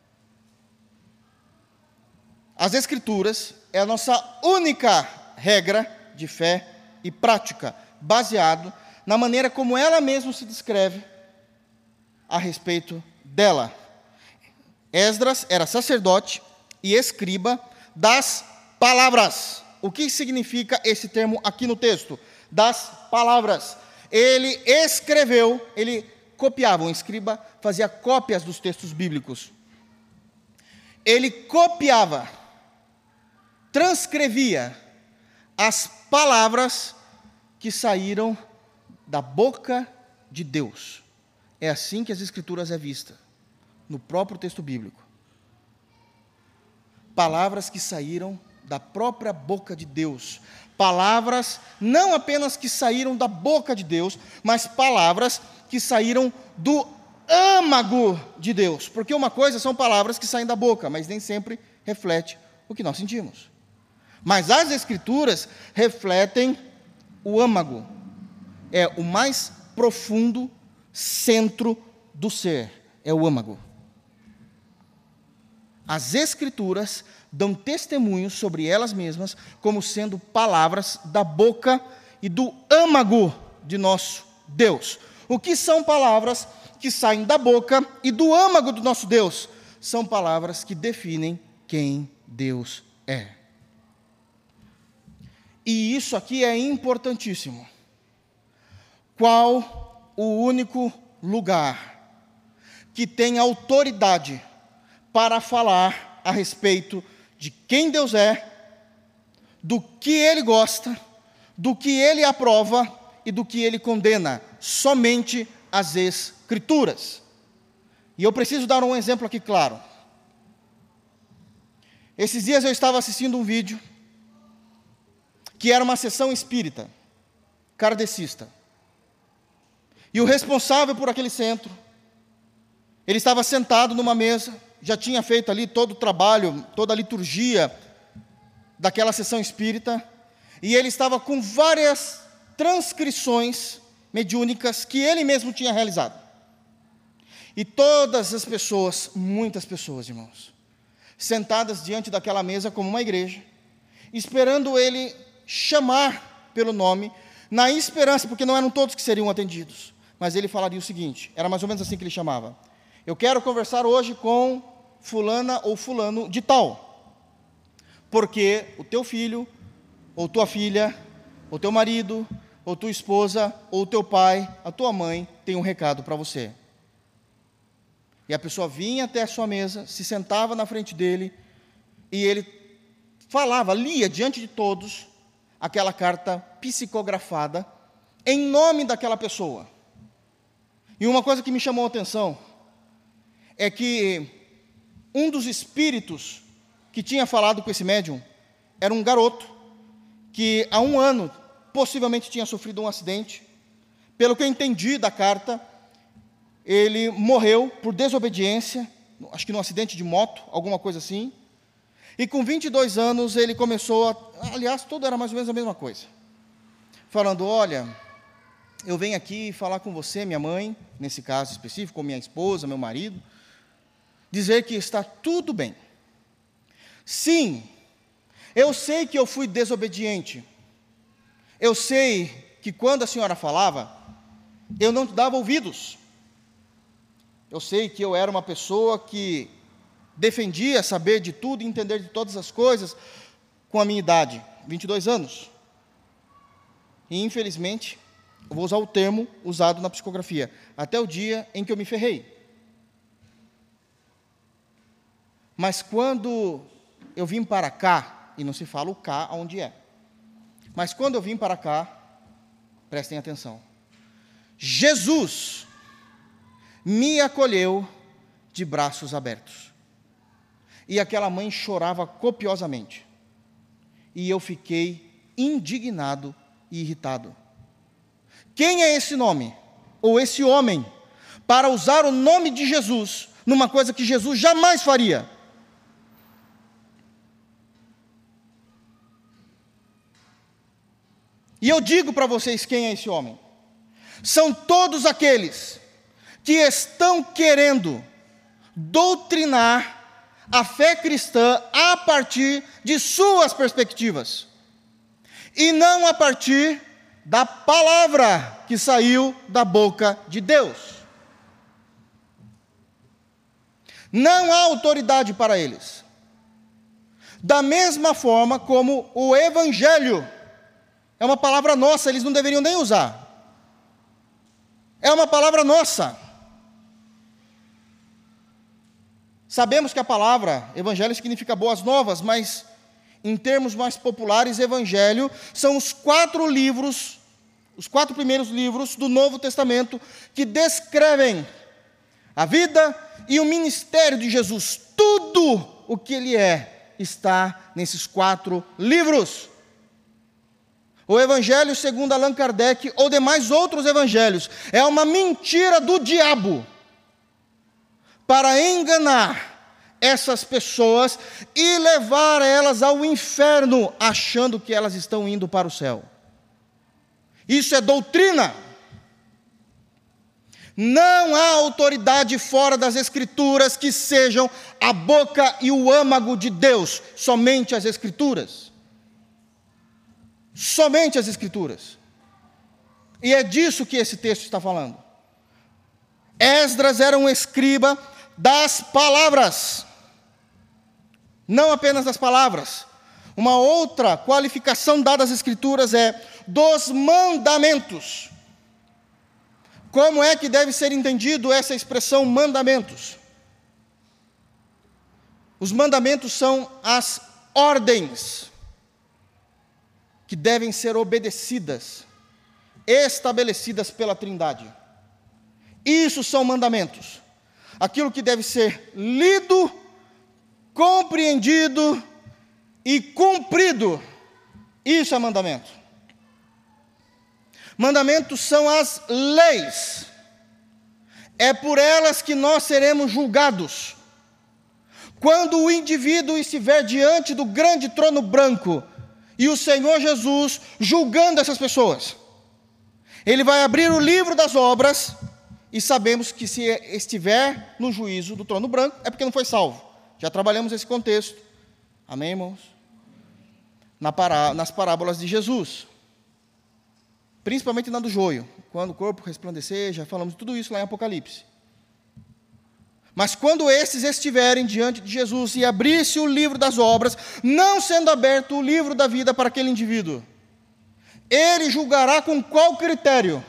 As Escrituras é a nossa única regra de fé e prática, baseado na maneira como ela mesma se descreve a respeito dela. Esdras era sacerdote e escriba das palavras. O que significa esse termo aqui no texto? Das palavras. Ele escreveu, ele copiava, um escriba fazia cópias dos textos bíblicos. Ele copiava, transcrevia as palavras que saíram da boca de Deus. É assim que as Escrituras é vista, no próprio texto bíblico. Palavras que saíram da própria boca de Deus. Palavras não apenas que saíram da boca de Deus, mas palavras que saíram do âmago de Deus. Porque uma coisa são palavras que saem da boca, mas nem sempre reflete o que nós sentimos. Mas as Escrituras refletem o âmago. É o mais profundo centro do ser. É o âmago. As Escrituras dão testemunho sobre elas mesmas como sendo palavras da boca e do âmago de nosso Deus. O que são palavras que saem da boca e do âmago do nosso Deus? São palavras que definem quem Deus é. E isso aqui é importantíssimo. Qual o único lugar que tem autoridade para falar a respeito de quem Deus é, do que Ele gosta, do que Ele aprova e do que Ele condena? Somente as Escrituras. E eu preciso dar um exemplo aqui claro. Esses dias eu estava assistindo um vídeo que era uma sessão espírita, kardecista. E o responsável por aquele centro, ele estava sentado numa mesa, já tinha feito ali todo o trabalho, toda a liturgia daquela sessão espírita, e ele estava com várias transcrições mediúnicas que ele mesmo tinha realizado. E todas as pessoas, muitas pessoas, irmãos, sentadas diante daquela mesa como uma igreja, esperando ele chamar pelo nome, na esperança, porque não eram todos que seriam atendidos, mas ele falaria o seguinte, era mais ou menos assim que ele chamava: eu quero conversar hoje com fulana ou fulano de tal, porque o teu filho, ou tua filha, ou teu marido, ou tua esposa, ou teu pai, a tua mãe, tem um recado para você. E a pessoa vinha até a sua mesa, se sentava na frente dele, e ele falava, lia diante de todos, aquela carta psicografada, em nome daquela pessoa. E uma coisa que me chamou a atenção, é que um dos espíritos que tinha falado com esse médium, era um garoto, que há um ano, possivelmente tinha sofrido um acidente. Pelo que eu entendi da carta, ele morreu por desobediência, acho que num acidente de moto, alguma coisa assim. E com vinte e dois anos ele começou, a, aliás, tudo era mais ou menos a mesma coisa. Falando, olha, eu venho aqui falar com você, minha mãe, nesse caso específico, com minha esposa, meu marido, dizer que está tudo bem. Sim, eu sei que eu fui desobediente. Eu sei que quando a senhora falava, eu não dava ouvidos. Eu sei que eu era uma pessoa que defendia saber de tudo e entender de todas as coisas com a minha idade. vinte e dois anos. E, infelizmente, eu vou usar o termo usado na psicografia, até o dia em que eu me ferrei. Mas quando eu vim para cá, e não se fala o cá onde é, mas quando eu vim para cá, prestem atenção, Jesus me acolheu de braços abertos. E aquela mãe chorava copiosamente. E eu fiquei indignado e irritado. Quem é esse nome, ou esse homem, para usar o nome de Jesus numa coisa que Jesus jamais faria? E eu digo para vocês quem é esse homem. São todos aqueles que estão querendo doutrinar a fé cristã a partir de suas perspectivas, e não a partir da palavra que saiu da boca de Deus. Não há autoridade para eles. Da mesma forma como o Evangelho é uma palavra nossa, eles não deveriam nem usar. É uma palavra nossa. Sabemos que a palavra Evangelho significa boas novas, mas em termos mais populares, Evangelho são os quatro livros, os quatro primeiros livros do Novo Testamento que descrevem a vida e o ministério de Jesus. Tudo o que ele é está nesses quatro livros. O Evangelho segundo Allan Kardec, ou demais outros evangelhos, é uma mentira do diabo para enganar essas pessoas e levar elas ao inferno, achando que elas estão indo para o céu. Isso é doutrina. Não há autoridade fora das Escrituras que sejam a boca e o âmago de Deus, somente as Escrituras. Somente as Escrituras. E é disso que esse texto está falando. Esdras era um escriba das palavras, não apenas das palavras. Uma outra qualificação dada às Escrituras é dos mandamentos. Como é que deve ser entendido essa expressão mandamentos? Os mandamentos são as ordens que devem ser obedecidas, estabelecidas pela Trindade. Isso são mandamentos. Aquilo que deve ser lido, compreendido e cumprido. Isso é mandamento. Mandamentos são as leis. É por elas que nós seremos julgados. Quando o indivíduo estiver diante do grande trono branco e o Senhor Jesus julgando essas pessoas, ele vai abrir o livro das obras e sabemos que se estiver no juízo do trono branco é porque não foi salvo. Já trabalhamos esse contexto. Amém, irmãos? Na pará, nas parábolas de Jesus. Principalmente na do joio. Quando o corpo resplandecer, já falamos tudo isso lá em Apocalipse. Mas quando esses estiverem diante de Jesus e abrir-se o livro das obras, não sendo aberto o livro da vida para aquele indivíduo, ele julgará com qual critério?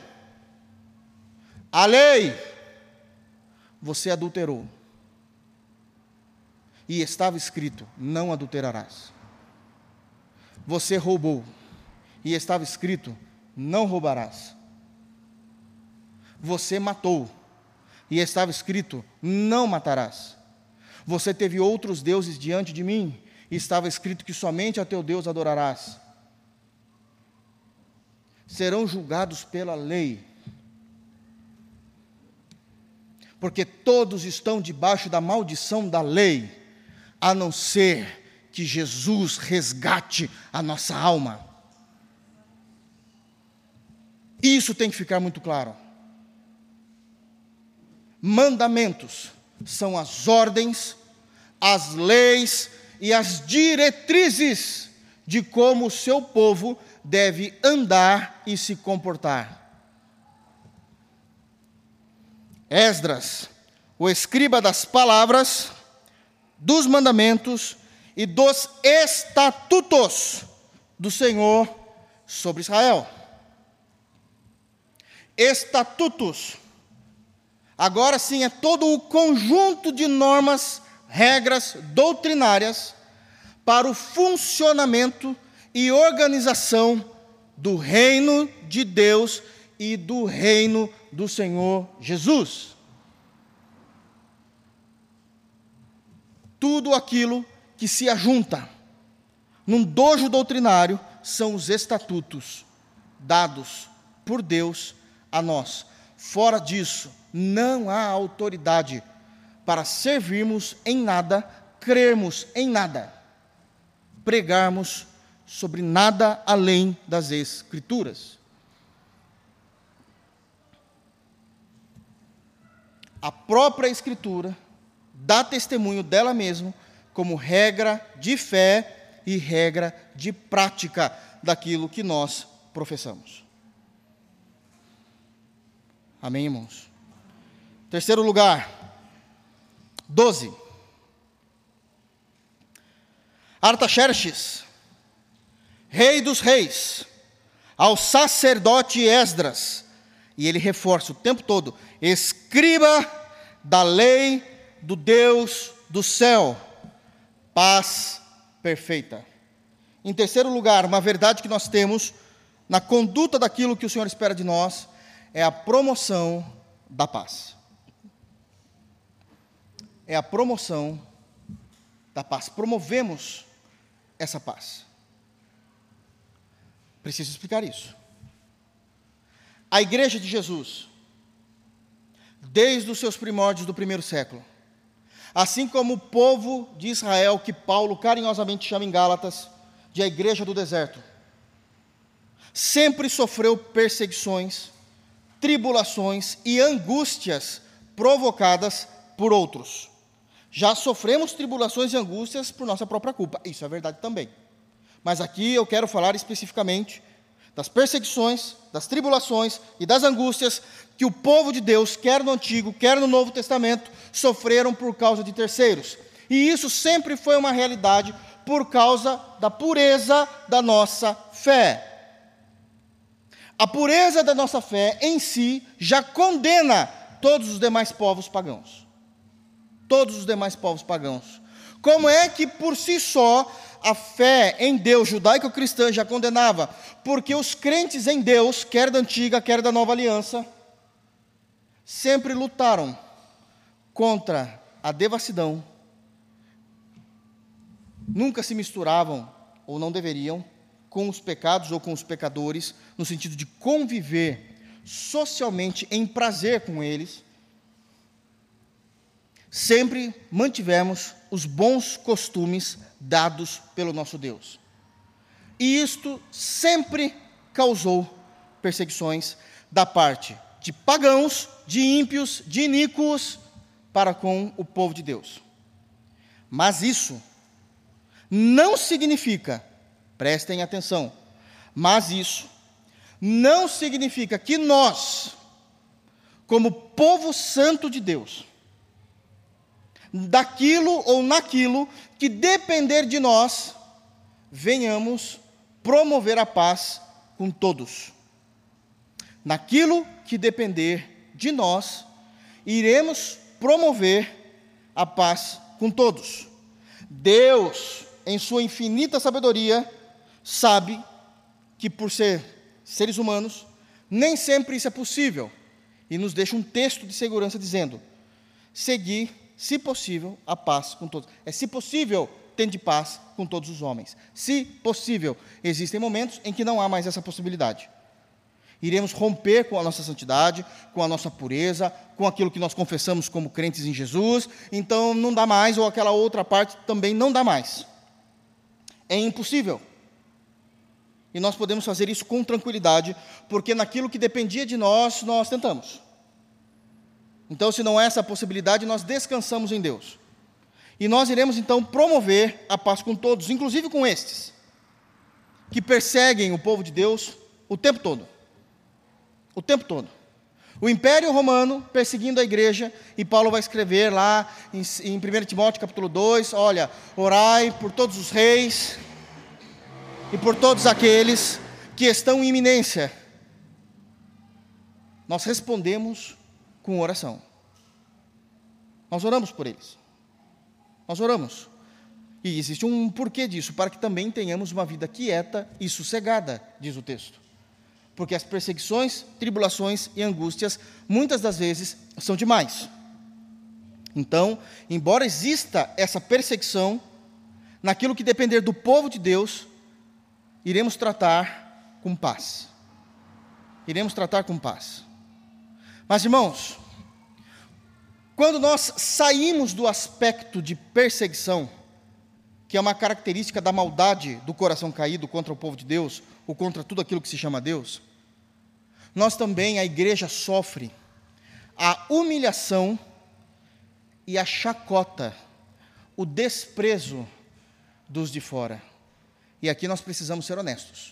A lei. Você adulterou. E estava escrito, não adulterarás. Você roubou. E estava escrito, não roubarás. Você matou. E estava escrito, não matarás. Você teve outros deuses diante de mim, e estava escrito que somente a teu Deus adorarás. Serão julgados pela lei, porque todos estão debaixo da maldição da lei, a não ser que Jesus resgate a nossa alma. Isso tem que ficar muito claro. Mandamentos são as ordens, as leis e as diretrizes de como o seu povo deve andar e se comportar. Esdras, o escriba das palavras, dos mandamentos e dos estatutos, do Senhor sobre Israel. Estatutos. Agora sim, é todo o conjunto de normas, regras doutrinárias para o funcionamento e organização do reino de Deus e do reino do Senhor Jesus. Tudo aquilo que se ajunta num dojo doutrinário são os estatutos dados por Deus a nós. Fora disso, não há autoridade para servirmos em nada, crermos em nada, pregarmos sobre nada além das Escrituras. A própria Escritura dá testemunho dela mesma como regra de fé e regra de prática daquilo que nós professamos. Amém, irmãos? Terceiro lugar, doze. Artaxerxes, rei dos reis, ao sacerdote Esdras, e ele reforça o tempo todo, escriba da lei do Deus do céu, paz perfeita. Em terceiro lugar, uma verdade que nós temos na conduta daquilo que o Senhor espera de nós, é a promoção da paz. É a promoção da paz. Promovemos essa paz. Preciso explicar isso. A igreja de Jesus, desde os seus primórdios do primeiro século, assim como o povo de Israel, que Paulo carinhosamente chama em Gálatas de a igreja do deserto, sempre sofreu perseguições, tribulações e angústias provocadas por outros. Já sofremos tribulações e angústias por nossa própria culpa, isso é verdade também. Mas aqui eu quero falar especificamente das perseguições, das tribulações e das angústias que o povo de Deus, quer no Antigo, quer no Novo Testamento, sofreram por causa de terceiros. E isso sempre foi uma realidade por causa da pureza da nossa fé. A pureza da nossa fé em si já condena todos os demais povos pagãos. Todos os demais povos pagãos. Como é que por si só a fé em Deus judaico-cristã já condenava? Porque os crentes em Deus, quer da antiga, quer da nova aliança, sempre lutaram contra a devassidão, nunca se misturavam, ou não deveriam, com os pecados ou com os pecadores, no sentido de conviver socialmente em prazer com eles. Sempre mantivemos os bons costumes dados pelo nosso Deus. E isto sempre causou perseguições da parte de pagãos, de ímpios, de iníquos, para com o povo de Deus. Mas isso não significa, prestem atenção, mas isso não significa que nós, como povo santo de Deus, daquilo ou naquilo que depender de nós, venhamos promover a paz com todos. Naquilo que depender de nós, iremos promover a paz com todos. Deus, em sua infinita sabedoria, sabe que por ser seres humanos, nem sempre isso é possível, e nos deixa um texto de segurança dizendo: segui, se possível, a paz com todos. É se possível, tende paz com todos os homens. Se possível, existem momentos em que não há mais essa possibilidade. Iremos romper com a nossa santidade, com a nossa pureza, com aquilo que nós confessamos como crentes em Jesus, então não dá mais, ou aquela outra parte também não dá mais. É impossível. E nós podemos fazer isso com tranquilidade, porque naquilo que dependia de nós, nós tentamos. Então, se não é essa a possibilidade, nós descansamos em Deus. E nós iremos, então, promover a paz com todos, inclusive com estes, que perseguem o povo de Deus o tempo todo. O tempo todo. O Império Romano perseguindo a igreja, e Paulo vai escrever lá em, em primeiro Timóteo capítulo dois, olha, orai por todos os reis, e por todos aqueles que estão em iminência, nós respondemos com oração. Nós oramos por eles. Nós oramos. E existe um porquê disso, para que também tenhamos uma vida quieta e sossegada, diz o texto. Porque as perseguições, tribulações e angústias, muitas das vezes, são demais. Então, embora exista essa perseguição, naquilo que depender do povo de Deus, iremos tratar com paz. Iremos tratar com paz. Mas, irmãos, quando nós saímos do aspecto de perseguição, que é uma característica da maldade do coração caído contra o povo de Deus, ou contra tudo aquilo que se chama Deus, nós também, a igreja, sofre a humilhação e a chacota, o desprezo dos de fora. E aqui nós precisamos ser honestos.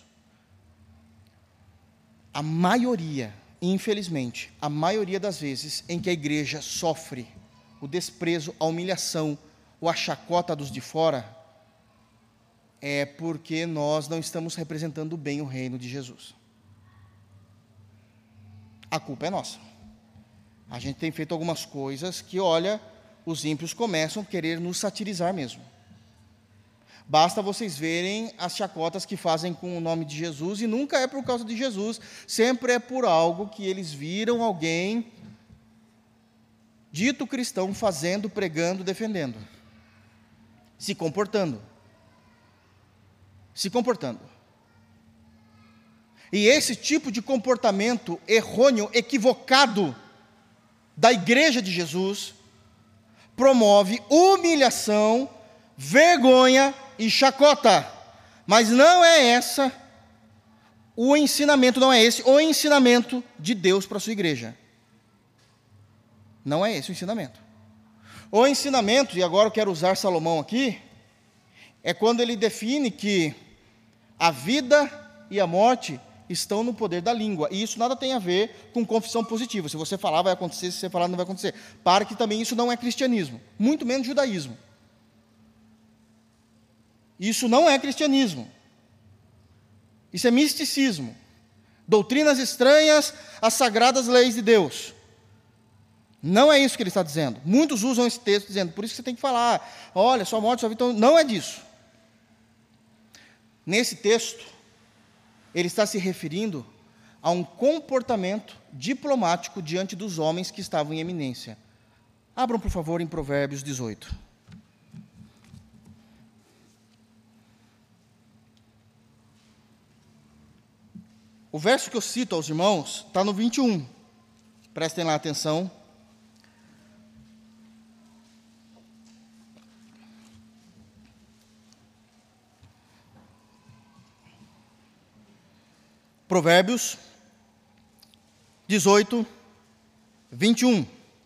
A maioria, infelizmente, a maioria das vezes em que a igreja sofre o desprezo, a humilhação ou a chacota dos de fora, é porque nós não estamos representando bem o reino de Jesus. A culpa é nossa. A gente tem feito algumas coisas que, olha, os ímpios começam a querer nos satirizar mesmo. Basta vocês verem as chacotas que fazem com o nome de Jesus, e nunca é por causa de Jesus, sempre é por algo que eles viram alguém dito cristão fazendo, pregando, defendendo, se comportando. Se comportando. E esse tipo de comportamento errôneo, equivocado da igreja de Jesus, promove humilhação, vergonha e chacota. Mas não é essa o ensinamento, não é esse o ensinamento de Deus para a sua igreja. Não é esse o ensinamento. O ensinamento, e agora eu quero usar Salomão aqui, é quando ele define que a vida e a morte estão no poder da língua. E isso nada tem a ver com confissão positiva. Se você falar, vai acontecer. Se você falar, não vai acontecer. Para que também isso não é cristianismo. Muito menos judaísmo. Isso não é cristianismo. Isso é misticismo. Doutrinas estranhas às sagradas leis de Deus. Não é isso que ele está dizendo. Muitos usam esse texto dizendo, por isso que você tem que falar, olha, sua morte, sua vida. Não é disso. Nesse texto, ele está se referindo a um comportamento diplomático diante dos homens que estavam em eminência. Abram, por favor, em Provérbios dezoito. O verso que eu cito aos irmãos está no vinte e um. Prestem lá atenção. Provérbios dezoito, vinte e um.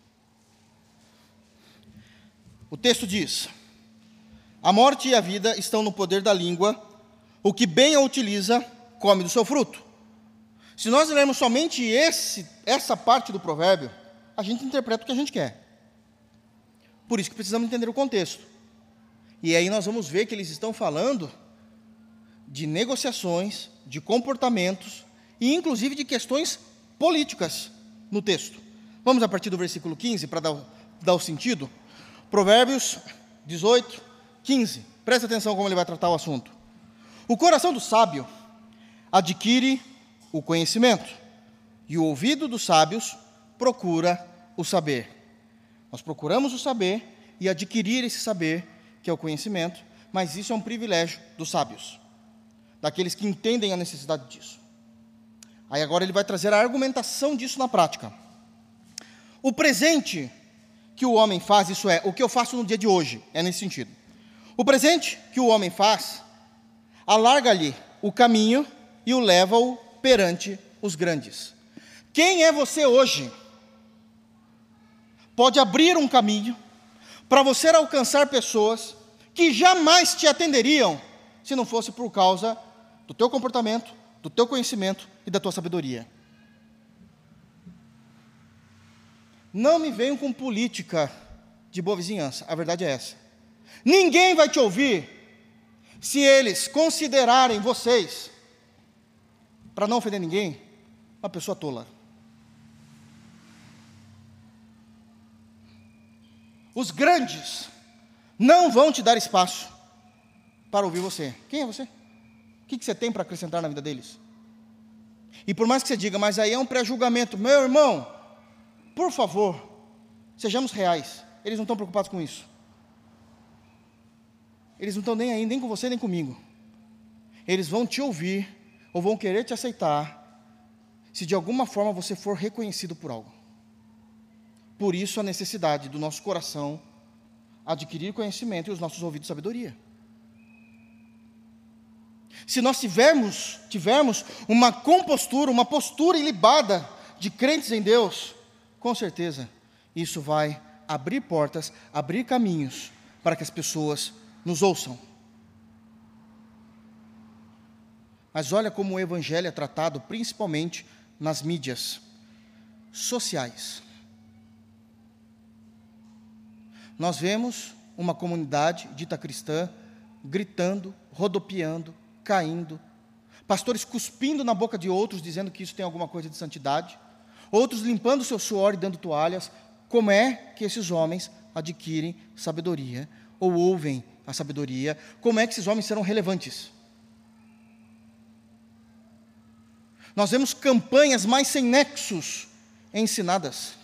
O texto diz: a morte e a vida estão no poder da língua, o que bem a utiliza, come do seu fruto. Se nós lermos somente esse, essa parte do provérbio, a gente interpreta o que a gente quer. Por isso que precisamos entender o contexto. E aí nós vamos ver que eles estão falando de negociações, de comportamentos e inclusive de questões políticas no texto. Vamos a partir do versículo quinze para dar, dar o sentido. Provérbios dezoito, quinze. Presta atenção como ele vai tratar o assunto. O coração do sábio adquire o conhecimento, e o ouvido dos sábios procura o saber. Nós procuramos o saber e adquirir esse saber, que é o conhecimento, mas isso é um privilégio dos sábios, daqueles que entendem a necessidade disso. Aí agora ele vai trazer a argumentação disso na prática. O presente que o homem faz, isso é, o que eu faço no dia de hoje, é nesse sentido. O presente que o homem faz, alarga-lhe o caminho e o leva-o perante os grandes. Quem é você hoje? Pode abrir um caminho para você alcançar pessoas que jamais te atenderiam se não fosse por causa do teu comportamento, do teu conhecimento e da tua sabedoria. Não me venham com política de boa vizinhança, a verdade é essa. Ninguém vai te ouvir se eles considerarem vocês, para não ofender ninguém, uma pessoa tola. Os grandes não vão te dar espaço para ouvir você. Quem é você? O que você tem para acrescentar na vida deles? E por mais que você diga, mas aí é um pré-julgamento. Meu irmão, por favor, sejamos reais. Eles não estão preocupados com isso. Eles não estão nem aí, nem com você, nem comigo. Eles vão te ouvir, ou vão querer te aceitar, se de alguma forma você for reconhecido por algo. Por isso a necessidade do nosso coração adquirir conhecimento e os nossos ouvidos sabedoria. Se nós tivermos, tivermos uma compostura, uma postura ilibada de crentes em Deus, com certeza isso vai abrir portas, abrir caminhos para que as pessoas nos ouçam. Mas olha como o evangelho é tratado principalmente nas mídias sociais. Nós vemos uma comunidade dita cristã gritando, rodopiando, caindo, pastores cuspindo na boca de outros, dizendo que isso tem alguma coisa de santidade, outros limpando o seu suor e dando toalhas. Como é que esses homens adquirem sabedoria, ou ouvem a sabedoria? Como é que esses homens serão relevantes? Nós vemos campanhas mais sem nexos ensinadas,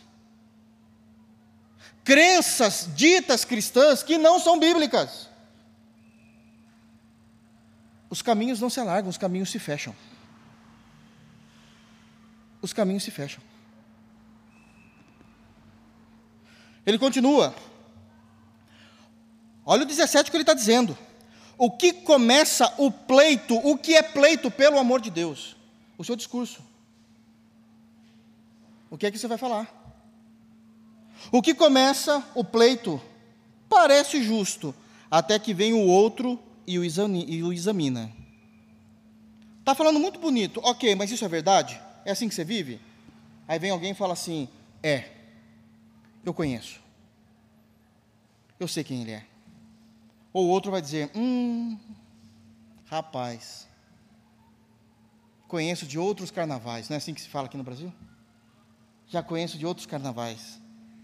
crenças ditas cristãs que não são bíblicas. Os caminhos não se alargam, os caminhos se fecham. Os caminhos se fecham. Ele continua. Olha o dezessete que ele está dizendo. O que começa o pleito, o que é pleito pelo amor de Deus? O seu discurso. O que é que você vai falar? O que começa o pleito parece justo, até que vem o outro e o examina. Está falando muito bonito, ok, mas isso é verdade? É assim que você vive? Aí vem alguém e fala assim, é, eu conheço, eu sei quem ele é. Ou o outro vai dizer, hum, rapaz, conheço de outros carnavais. Não é assim que se fala aqui no Brasil? Já conheço de outros carnavais.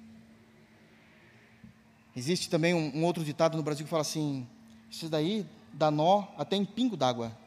Existe também um, um outro ditado no Brasil que fala assim, isso daí dá nó até em pingo d'água.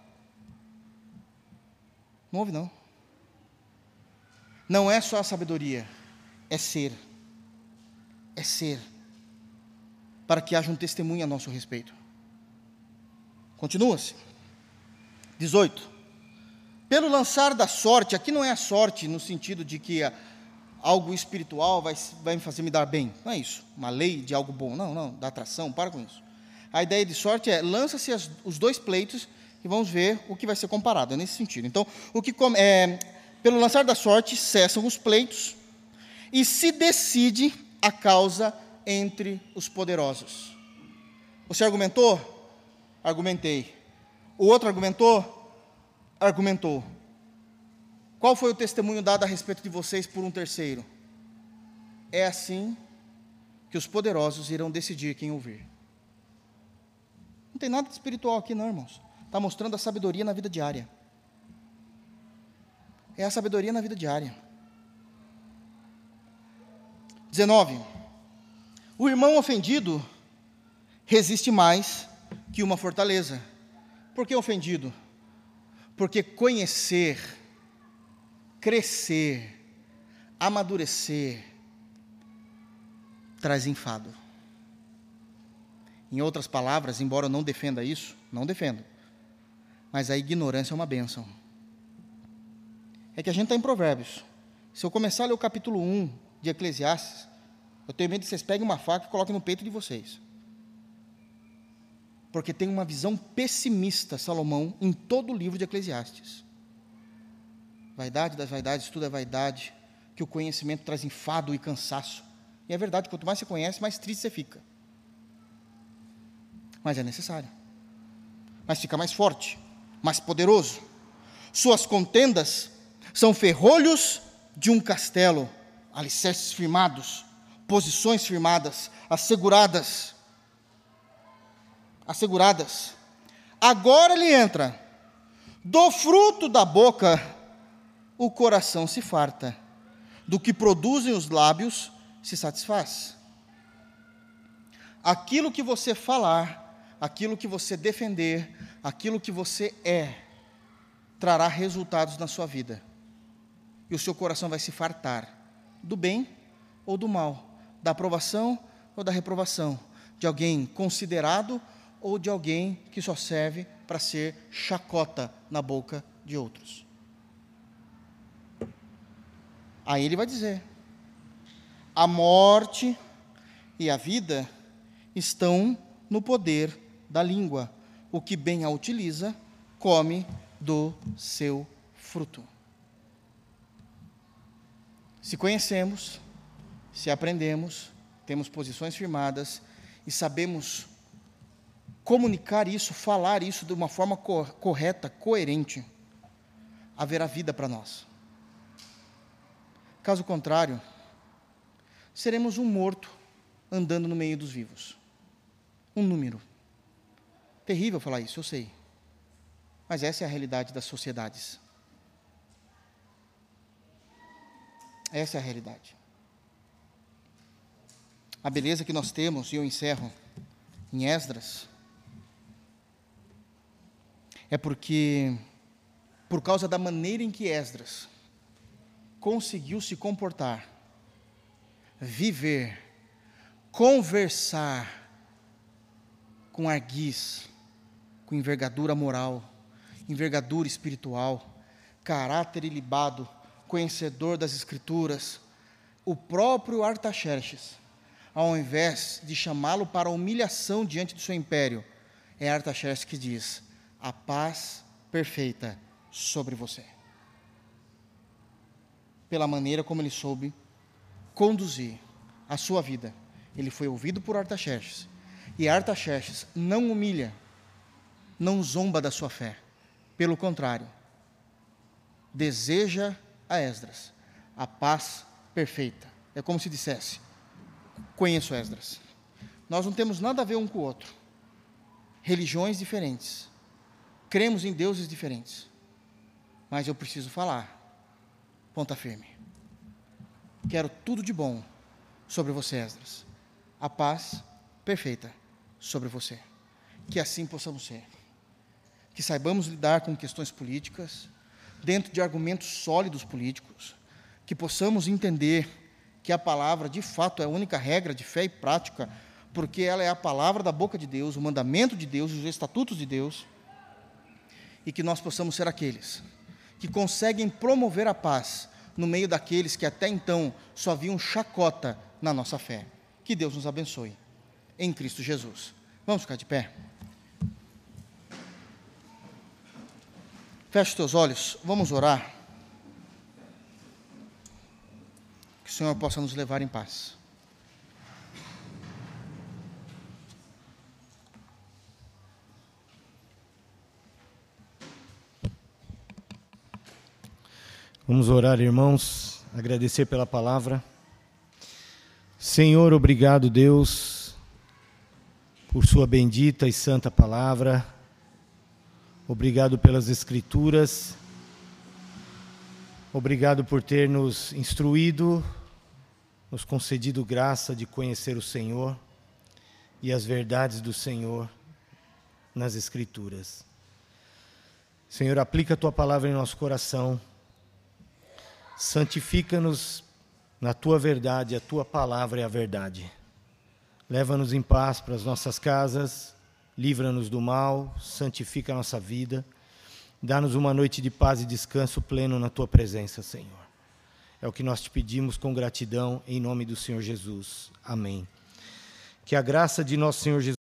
Não ouve não. Não é só a sabedoria, é ser. É ser. Para que haja um testemunho a nosso respeito. Continua-se. dezoito. Pelo lançar da sorte, aqui não é a sorte no sentido de que algo espiritual vai, vai me fazer me dar bem. Não é isso. Uma lei de algo bom. Não, não, da atração, para com isso. A ideia de sorte é, lança-se as, os dois pleitos e vamos ver o que vai ser comparado, é nesse sentido. Então, o que é, pelo lançar da sorte, cessam os pleitos e se decide a causa entre os poderosos. Você argumentou? Argumentei. O outro argumentou? Argumentou. Qual foi o testemunho dado a respeito de vocês por um terceiro? É assim que os poderosos irão decidir quem ouvir. Não tem nada de espiritual aqui não, irmãos. Está mostrando a sabedoria na vida diária. É a sabedoria na vida diária. dezenove. O irmão ofendido resiste mais que uma fortaleza. Por que ofendido? Porque conhecer, crescer, amadurecer, traz enfado. Em outras palavras, embora eu não defenda isso, não defendo, mas a ignorância é uma bênção. É que a gente está em Provérbios. Se eu começar a ler o capítulo um de Eclesiastes, eu tenho medo que vocês peguem uma faca e coloquem no peito de vocês. Porque tem uma visão pessimista, Salomão, em todo o livro de Eclesiastes. Vaidade das vaidades, tudo é vaidade, que o conhecimento traz enfado e cansaço. E é verdade, quanto mais você conhece, mais triste você fica. Mas é necessário. Mas fica mais forte, mais poderoso. Suas contendas são ferrolhos de um castelo, alicerces firmados, posições firmadas, asseguradas. Asseguradas. Agora ele entra. Do fruto da boca, o coração se farta. Do que produzem os lábios, se satisfaz. Aquilo que você falar, aquilo que você defender, aquilo que você é, trará resultados na sua vida. E o seu coração vai se fartar do bem ou do mal, da aprovação ou da reprovação, de alguém considerado ou de alguém que só serve para ser chacota na boca de outros. Aí ele vai dizer: a morte e a vida estão no poder da língua. O que bem a utiliza, come do seu fruto. Se conhecemos, se aprendemos, temos posições firmadas e sabemos comunicar isso, falar isso de uma forma correta, coerente, haverá vida para nós. Caso contrário, seremos um morto andando no meio dos vivos. Um número. Terrível falar isso, eu sei. Mas essa é a realidade das sociedades. Essa é a realidade. A beleza que nós temos, e eu encerro, em Esdras, é porque, por causa da maneira em que Esdras conseguiu se comportar, viver, conversar com arguiz, com envergadura moral, envergadura espiritual, caráter ilibado, conhecedor das Escrituras, o próprio Artaxerxes, ao invés de chamá-lo para a humilhação diante do seu império, é Artaxerxes que diz: a paz perfeita sobre você. Pela maneira como ele soube conduzir a sua vida, ele foi ouvido por Artaxerxes, e Artaxerxes não humilha, não zomba da sua fé, pelo contrário, deseja a Esdras a paz perfeita. É como se dissesse: conheço Esdras, nós não temos nada a ver um com o outro, religiões diferentes, cremos em deuses diferentes, mas eu preciso falar, ponta firme, quero tudo de bom sobre você, Esdras, a paz perfeita sobre você, que assim possamos ser, que saibamos lidar com questões políticas, dentro de argumentos sólidos políticos, que possamos entender que a palavra, de fato, é a única regra de fé e prática, porque ela é a palavra da boca de Deus, o mandamento de Deus, os estatutos de Deus, e que nós possamos ser aqueles que conseguem promover a paz no meio daqueles que até então só viam chacota na nossa fé. Que Deus nos abençoe, em Cristo Jesus. Vamos ficar de pé? Feche os teus olhos, vamos orar. Que o Senhor possa nos levar em paz. Vamos orar, irmãos, agradecer pela palavra. Senhor, obrigado, Deus, por sua bendita e santa palavra. Obrigado pelas Escrituras. Obrigado por ter nos instruído, nos concedido graça de conhecer o Senhor e as verdades do Senhor nas Escrituras. Senhor, aplica a Tua palavra em nosso coração. Santifica-nos na Tua verdade, a Tua palavra é a verdade. Leva-nos em paz para as nossas casas, livra-nos do mal, santifica a nossa vida, dá-nos uma noite de paz e descanso pleno na Tua presença, Senhor. É o que nós te pedimos com gratidão, em nome do Senhor Jesus. Amém. Que a graça de nosso Senhor Jesus